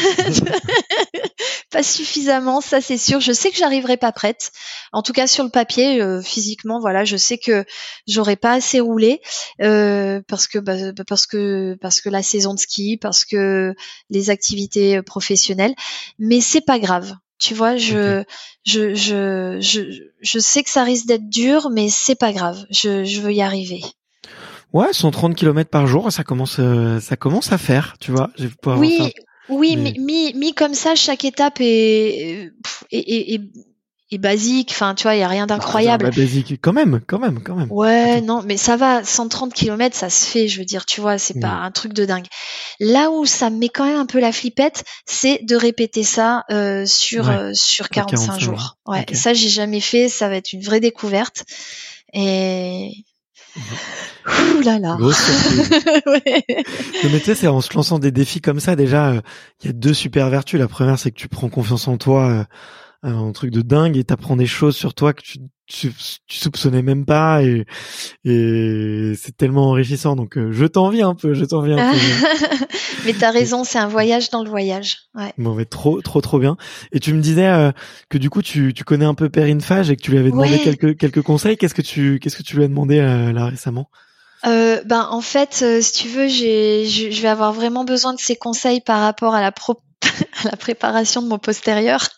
C: Pas suffisamment, ça c'est sûr. Je sais que j'arriverai pas prête. En tout cas sur le papier, physiquement, voilà, je sais que j'aurais pas assez roulé parce que la saison de ski, parce que les activités professionnelles. Mais c'est pas grave. Tu vois, je sais que ça risque d'être dur, mais c'est pas grave. Je veux y arriver.
B: Ouais, 130 km par jour, ça commence à faire, tu vois.
C: Oui, mais mis comme ça, chaque étape est basique. Enfin, tu vois, il y a rien d'incroyable.
B: Basique, quand même.
C: Ouais,
B: Attends.
C: non, mais ça va. 130 km, ça se fait. Je veux dire, tu vois, c'est pas un truc de dingue. Là où ça me met quand même un peu la flippette, c'est de répéter ça sur 45 jours. Ouais, okay. Ça j'ai jamais fait. Ça va être une vraie découverte. Et ouh là là.
B: Grosse surprise. Ouais. Mais tu sais, c'est en se lançant des défis comme ça, déjà, il y a 2 super vertus. La première, c'est que tu prends confiance en toi, un truc de dingue, et t'apprends des choses sur toi que tu soupçonnais même pas, et c'est tellement enrichissant. Donc, je t'envie un peu.
C: Mais t'as raison, c'est un voyage dans le voyage. Ouais.
B: Bon, mais trop bien. Et tu me disais que du coup tu connais un peu Perrine Fage et que tu lui avais demandé quelques conseils. Qu'est-ce que tu lui as demandé là récemment?
C: En fait, si tu veux, je vais avoir vraiment besoin de ses conseils par rapport à la préparation de mon postérieur.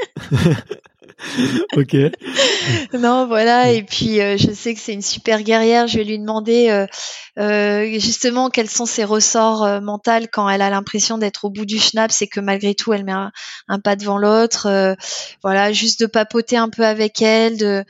B: Ok.
C: Non, voilà. Et puis, je sais que c'est une super guerrière. Je vais lui demander justement quels sont ses ressorts mentaux quand elle a l'impression d'être au bout du schnapp, c'est que malgré tout, elle met un pas devant l'autre. Voilà, juste de papoter un peu avec elle, de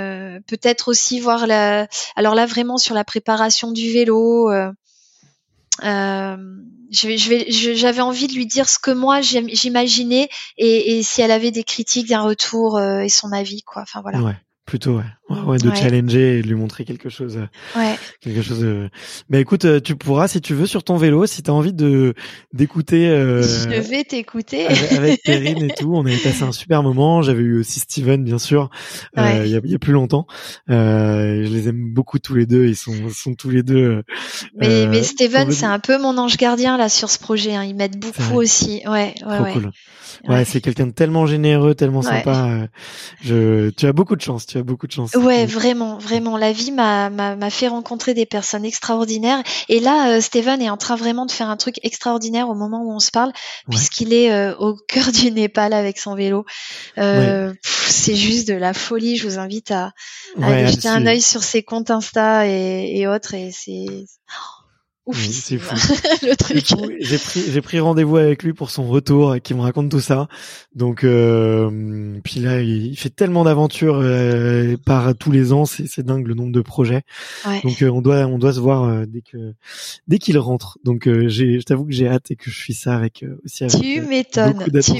C: peut-être aussi voir alors là vraiment sur la préparation du vélo. J'avais envie de lui dire ce que moi j'imaginais et si elle avait des critiques, un retour et son avis, quoi. Enfin voilà.
B: Ouais, plutôt de challenger et de lui montrer quelque chose. Quelque chose. Bah écoute, tu pourras si tu veux sur ton vélo, si t'as envie d'écouter.
C: Je vais t'écouter.
B: Avec Perrine et tout, on avait passé un super moment. J'avais eu aussi Steven, bien sûr, il y a plus longtemps. Je les aime beaucoup tous les deux. Ils sont tous les deux.
C: Mais Steven, c'est un peu mon ange gardien là sur ce projet. Hein. Ils m'aident beaucoup aussi.
B: Trop cool. Ouais, c'est quelqu'un de tellement généreux, tellement sympa. Tu as beaucoup de chance.
C: Ouais, vraiment. La vie m'a fait rencontrer des personnes extraordinaires. Et là, Steven est en train vraiment de faire un truc extraordinaire au moment où on se parle, puisqu'il est au cœur du Népal avec son vélo. C'est juste de la folie. Je vous invite à aller jeter un œil sur ses comptes Insta et autres. Et c'est ouf,
B: c'est fou.
C: Le truc.
B: Fou. J'ai pris rendez-vous avec lui pour son retour, qui me raconte tout ça. Donc puis là, il fait tellement d'aventures par tous les ans, c'est dingue le nombre de projets. Donc on doit se voir dès qu'il rentre. Donc je t'avoue que j'ai hâte et que je suis ça avec aussi avec
C: Tu m'étonnes.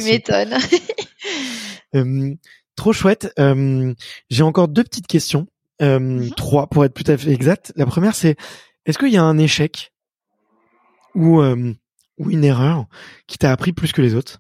B: Trop chouette. J'ai encore 2 petites questions. 3 pour être tout à fait exact. La première, c'est est-ce qu'il y a un échec ou une erreur qui t'a appris plus que les autres?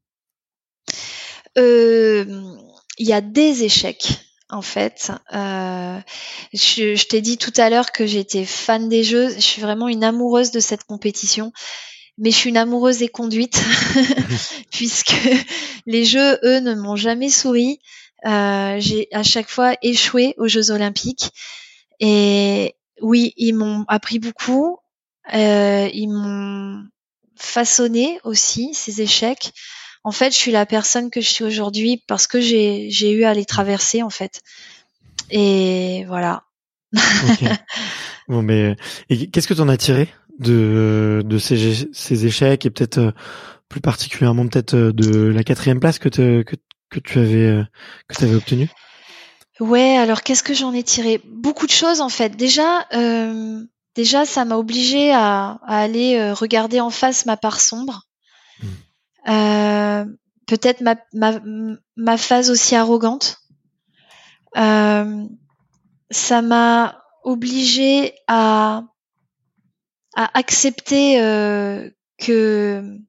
C: Il y a des échecs en fait. Je t'ai dit tout à l'heure que j'étais fan des jeux. Je suis vraiment une amoureuse de cette compétition. Mais je suis une amoureuse des conduites puisque les jeux, eux, ne m'ont jamais souri. J'ai à chaque fois échoué aux Jeux Olympiques. Et oui, ils m'ont appris beaucoup. Ils m'ont façonné aussi, ces échecs. En fait, je suis la personne que je suis aujourd'hui parce que j'ai eu à les traverser, en fait. Et voilà.
B: Okay. Bon, mais et qu'est-ce que t'en as tiré de ces échecs et peut-être plus particulièrement de la 4e place que tu avais obtenue?
C: Ouais, alors qu'est-ce que j'en ai tiré? Beaucoup de choses en fait. Déjà, ça m'a obligée à aller regarder en face ma part sombre. Peut-être ma phase aussi arrogante. Ça m'a obligée à accepter que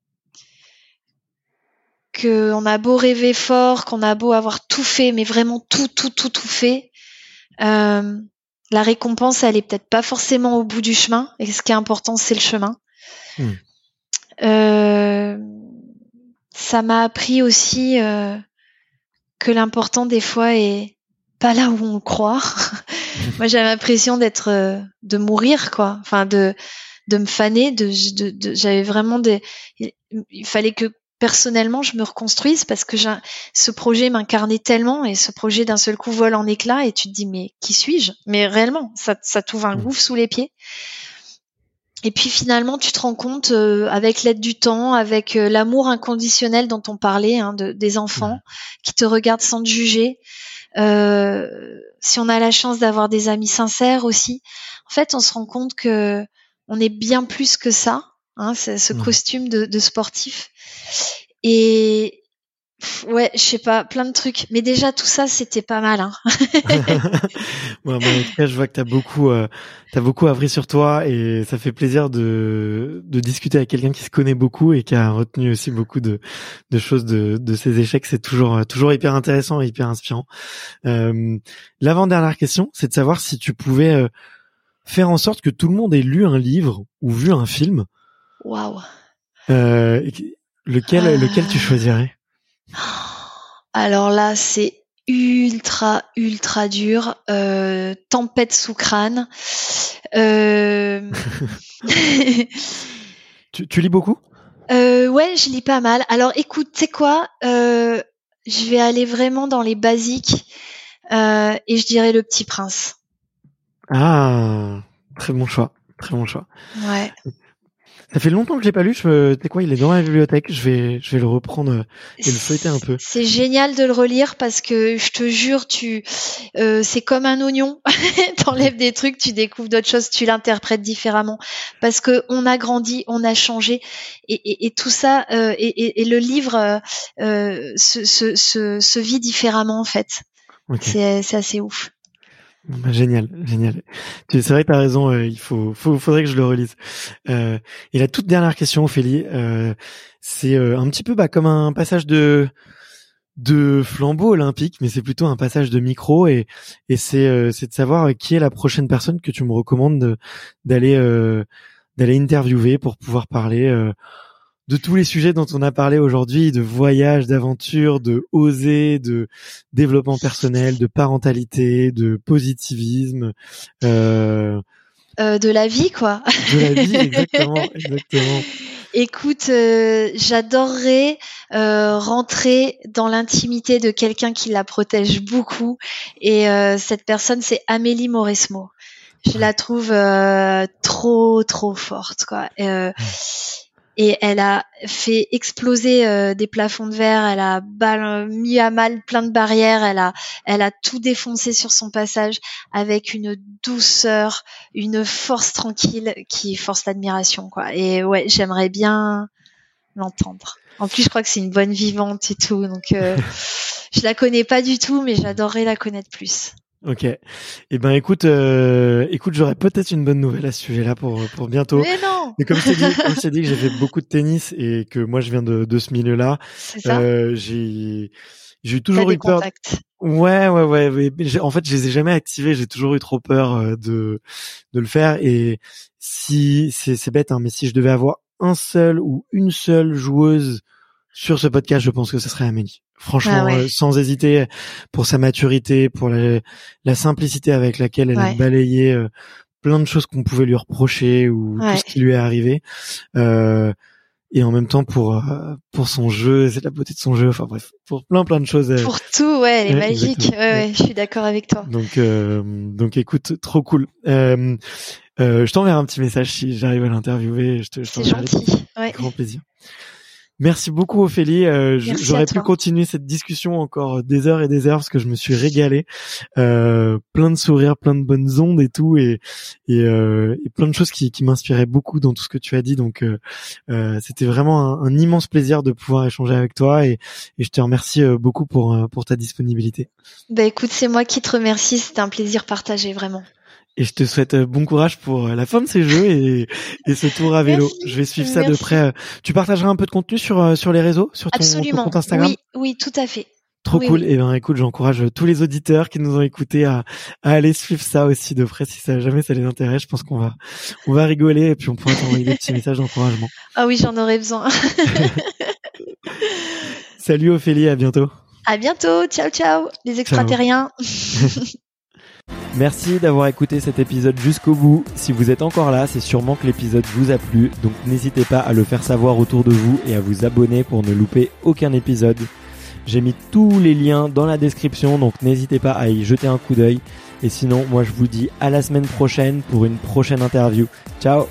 C: on a beau rêver fort, qu'on a beau avoir tout fait, mais vraiment tout fait, la récompense, elle est peut-être pas forcément au bout du chemin. Et ce qui est important, c'est le chemin. Ça m'a appris aussi que l'important des fois est pas là où on le croit. Moi, j'avais l'impression de mourir, quoi. Enfin, de me faner. J'avais vraiment il fallait que personnellement, je me reconstruise parce que ce projet m'incarnait tellement et ce projet d'un seul coup vole en éclats et tu te dis mais qui suis-je? Mais réellement, ça t'ouvre un gouffre sous les pieds. Et puis finalement, tu te rends compte avec l'aide du temps, avec l'amour inconditionnel dont on parlait, des enfants qui te regardent sans te juger. Si on a la chance d'avoir des amis sincères aussi, en fait, on se rend compte que on est bien plus que ça. C'est ce costume de sportif. Et ouais, je sais pas, plein de trucs. Mais déjà tout ça, c'était pas mal.
B: Bon, en tout cas, je vois que t'as beaucoup appris sur toi et ça fait plaisir de discuter avec quelqu'un qui se connaît beaucoup et qui a retenu aussi beaucoup de choses de ses échecs. C'est toujours hyper intéressant et hyper inspirant. L'avant-dernière question, c'est de savoir si tu pouvais faire en sorte que tout le monde ait lu un livre ou vu un film.
C: Waouh.
B: Lequel tu choisirais?
C: Alors là, c'est ultra dur. Tempête sous crâne.
B: Tu lis beaucoup?
C: Ouais, je lis pas mal. Alors écoute, tu sais quoi? Je vais aller vraiment dans les basiques et je dirais Le Petit Prince.
B: Ah, très bon choix.
C: Ouais.
B: Ça fait longtemps que je l'ai pas lu. Tu sais quoi, il est dans la bibliothèque. Je vais le reprendre et le feuilleter un peu.
C: C'est génial de le relire parce que je te jure, c'est comme un oignon. T'enlèves des trucs, tu découvres d'autres choses, tu l'interprètes différemment parce que on a grandi, on a changé et tout ça et le livre se vit différemment en fait. Okay. C'est assez ouf.
B: Génial. C'est vrai que t'as raison, faudrait que je le relise. Et la toute dernière question, Ophélie, c'est un petit peu comme un passage de flambeau olympique, mais c'est plutôt un passage de micro et c'est de savoir qui est la prochaine personne que tu me recommandes d'aller interviewer pour pouvoir parler de tous les sujets dont on a parlé aujourd'hui, de voyage, d'aventure, de oser, de développement personnel, de parentalité, de positivisme,
C: de la vie, quoi.
B: De la vie, exactement.
C: Écoute, j'adorerais rentrer dans l'intimité de quelqu'un qui la protège beaucoup et cette personne, c'est Amélie Mauresmo. Je la trouve trop forte, quoi. Et elle a fait exploser des plafonds de verre, elle a mis à mal plein de barrières, elle a tout défoncé sur son passage avec une douceur, une force tranquille qui force l'admiration, quoi. Et ouais, j'aimerais bien l'entendre. En plus, je crois que c'est une bonne vivante et tout, donc je la connais pas du tout, mais j'adorerais la connaître plus.
B: Ok. Eh ben, écoute, j'aurais peut-être une bonne nouvelle à ce sujet-là pour bientôt.
C: Mais non.
B: Mais comme je t'ai dit que j'ai fait beaucoup de tennis et que moi je viens de ce milieu-là, j'ai eu toujours eu peur. Ouais. En fait, je les ai jamais activés. J'ai toujours eu trop peur de le faire. Et si c'est bête, hein, mais si je devais avoir un seul ou une seule joueuse sur ce podcast, je pense que ce serait Amélie. Franchement, sans hésiter, pour sa maturité, pour la simplicité avec laquelle elle a balayé plein de choses qu'on pouvait lui reprocher ou tout ce qui lui est arrivé. Et en même temps pour son jeu, c'est la beauté de son jeu. Enfin bref, pour plein de choses.
C: Pour tout, elle est magique. Ouais, je suis d'accord avec toi.
B: Donc écoute, trop cool. Je t'enverrai un petit message si j'arrive à l'interviewer.
C: C'est gentil.
B: Avec grand plaisir. Merci beaucoup Ophélie. J'aurais pu continuer cette discussion encore des heures et des heures parce que je me suis régalé. Plein de sourires, plein de bonnes ondes et tout et plein de choses qui m'inspiraient beaucoup dans tout ce que tu as dit. Donc c'était vraiment un immense plaisir de pouvoir échanger avec toi et je te remercie beaucoup pour ta disponibilité.
C: Bah écoute, c'est moi qui te remercie. C'était un plaisir partagé vraiment.
B: Et je te souhaite bon courage pour la fin de ces jeux et ce tour à vélo.
C: Merci,
B: je vais suivre ça de près. Tu partageras un peu de contenu sur les réseaux, sur ton compte Instagram?
C: Oui, tout à fait.
B: Trop cool. Et ben écoute, j'encourage tous les auditeurs qui nous ont écoutés à aller suivre ça aussi de près si jamais ça les intéresse. Je pense qu'on va rigoler et puis on pourra t'envoyer des petits messages d'encouragement.
C: Ah oui, j'en aurais besoin.
B: Salut Ophélie, à bientôt.
C: À bientôt. Ciao, les extraterriens.
B: Merci d'avoir écouté cet épisode jusqu'au bout. Si vous êtes encore là, c'est sûrement que l'épisode vous a plu, donc n'hésitez pas à le faire savoir autour de vous et à vous abonner pour ne louper aucun épisode. J'ai mis tous les liens dans la description, donc n'hésitez pas à y jeter un coup d'œil. Et sinon, moi je vous dis à la semaine prochaine pour une prochaine interview. Ciao!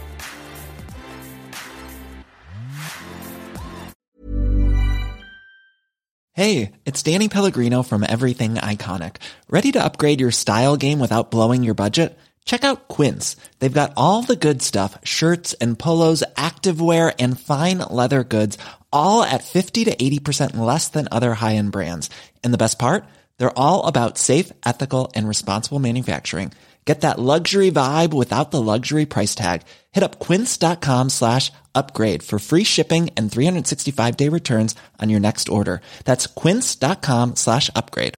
E: Hey, it's Danny Pellegrino from Everything Iconic. Ready to upgrade your style game without blowing your budget? Check out Quince. They've got all the good stuff, shirts and polos, activewear, and fine leather goods, all at 50 to 80% less than other high-end brands. And the best part? They're all about safe, ethical, and responsible manufacturing. Get that luxury vibe without the luxury price tag. Hit up quince.com/upgrade for free shipping and 365-day returns on your next order. That's quince.com/upgrade.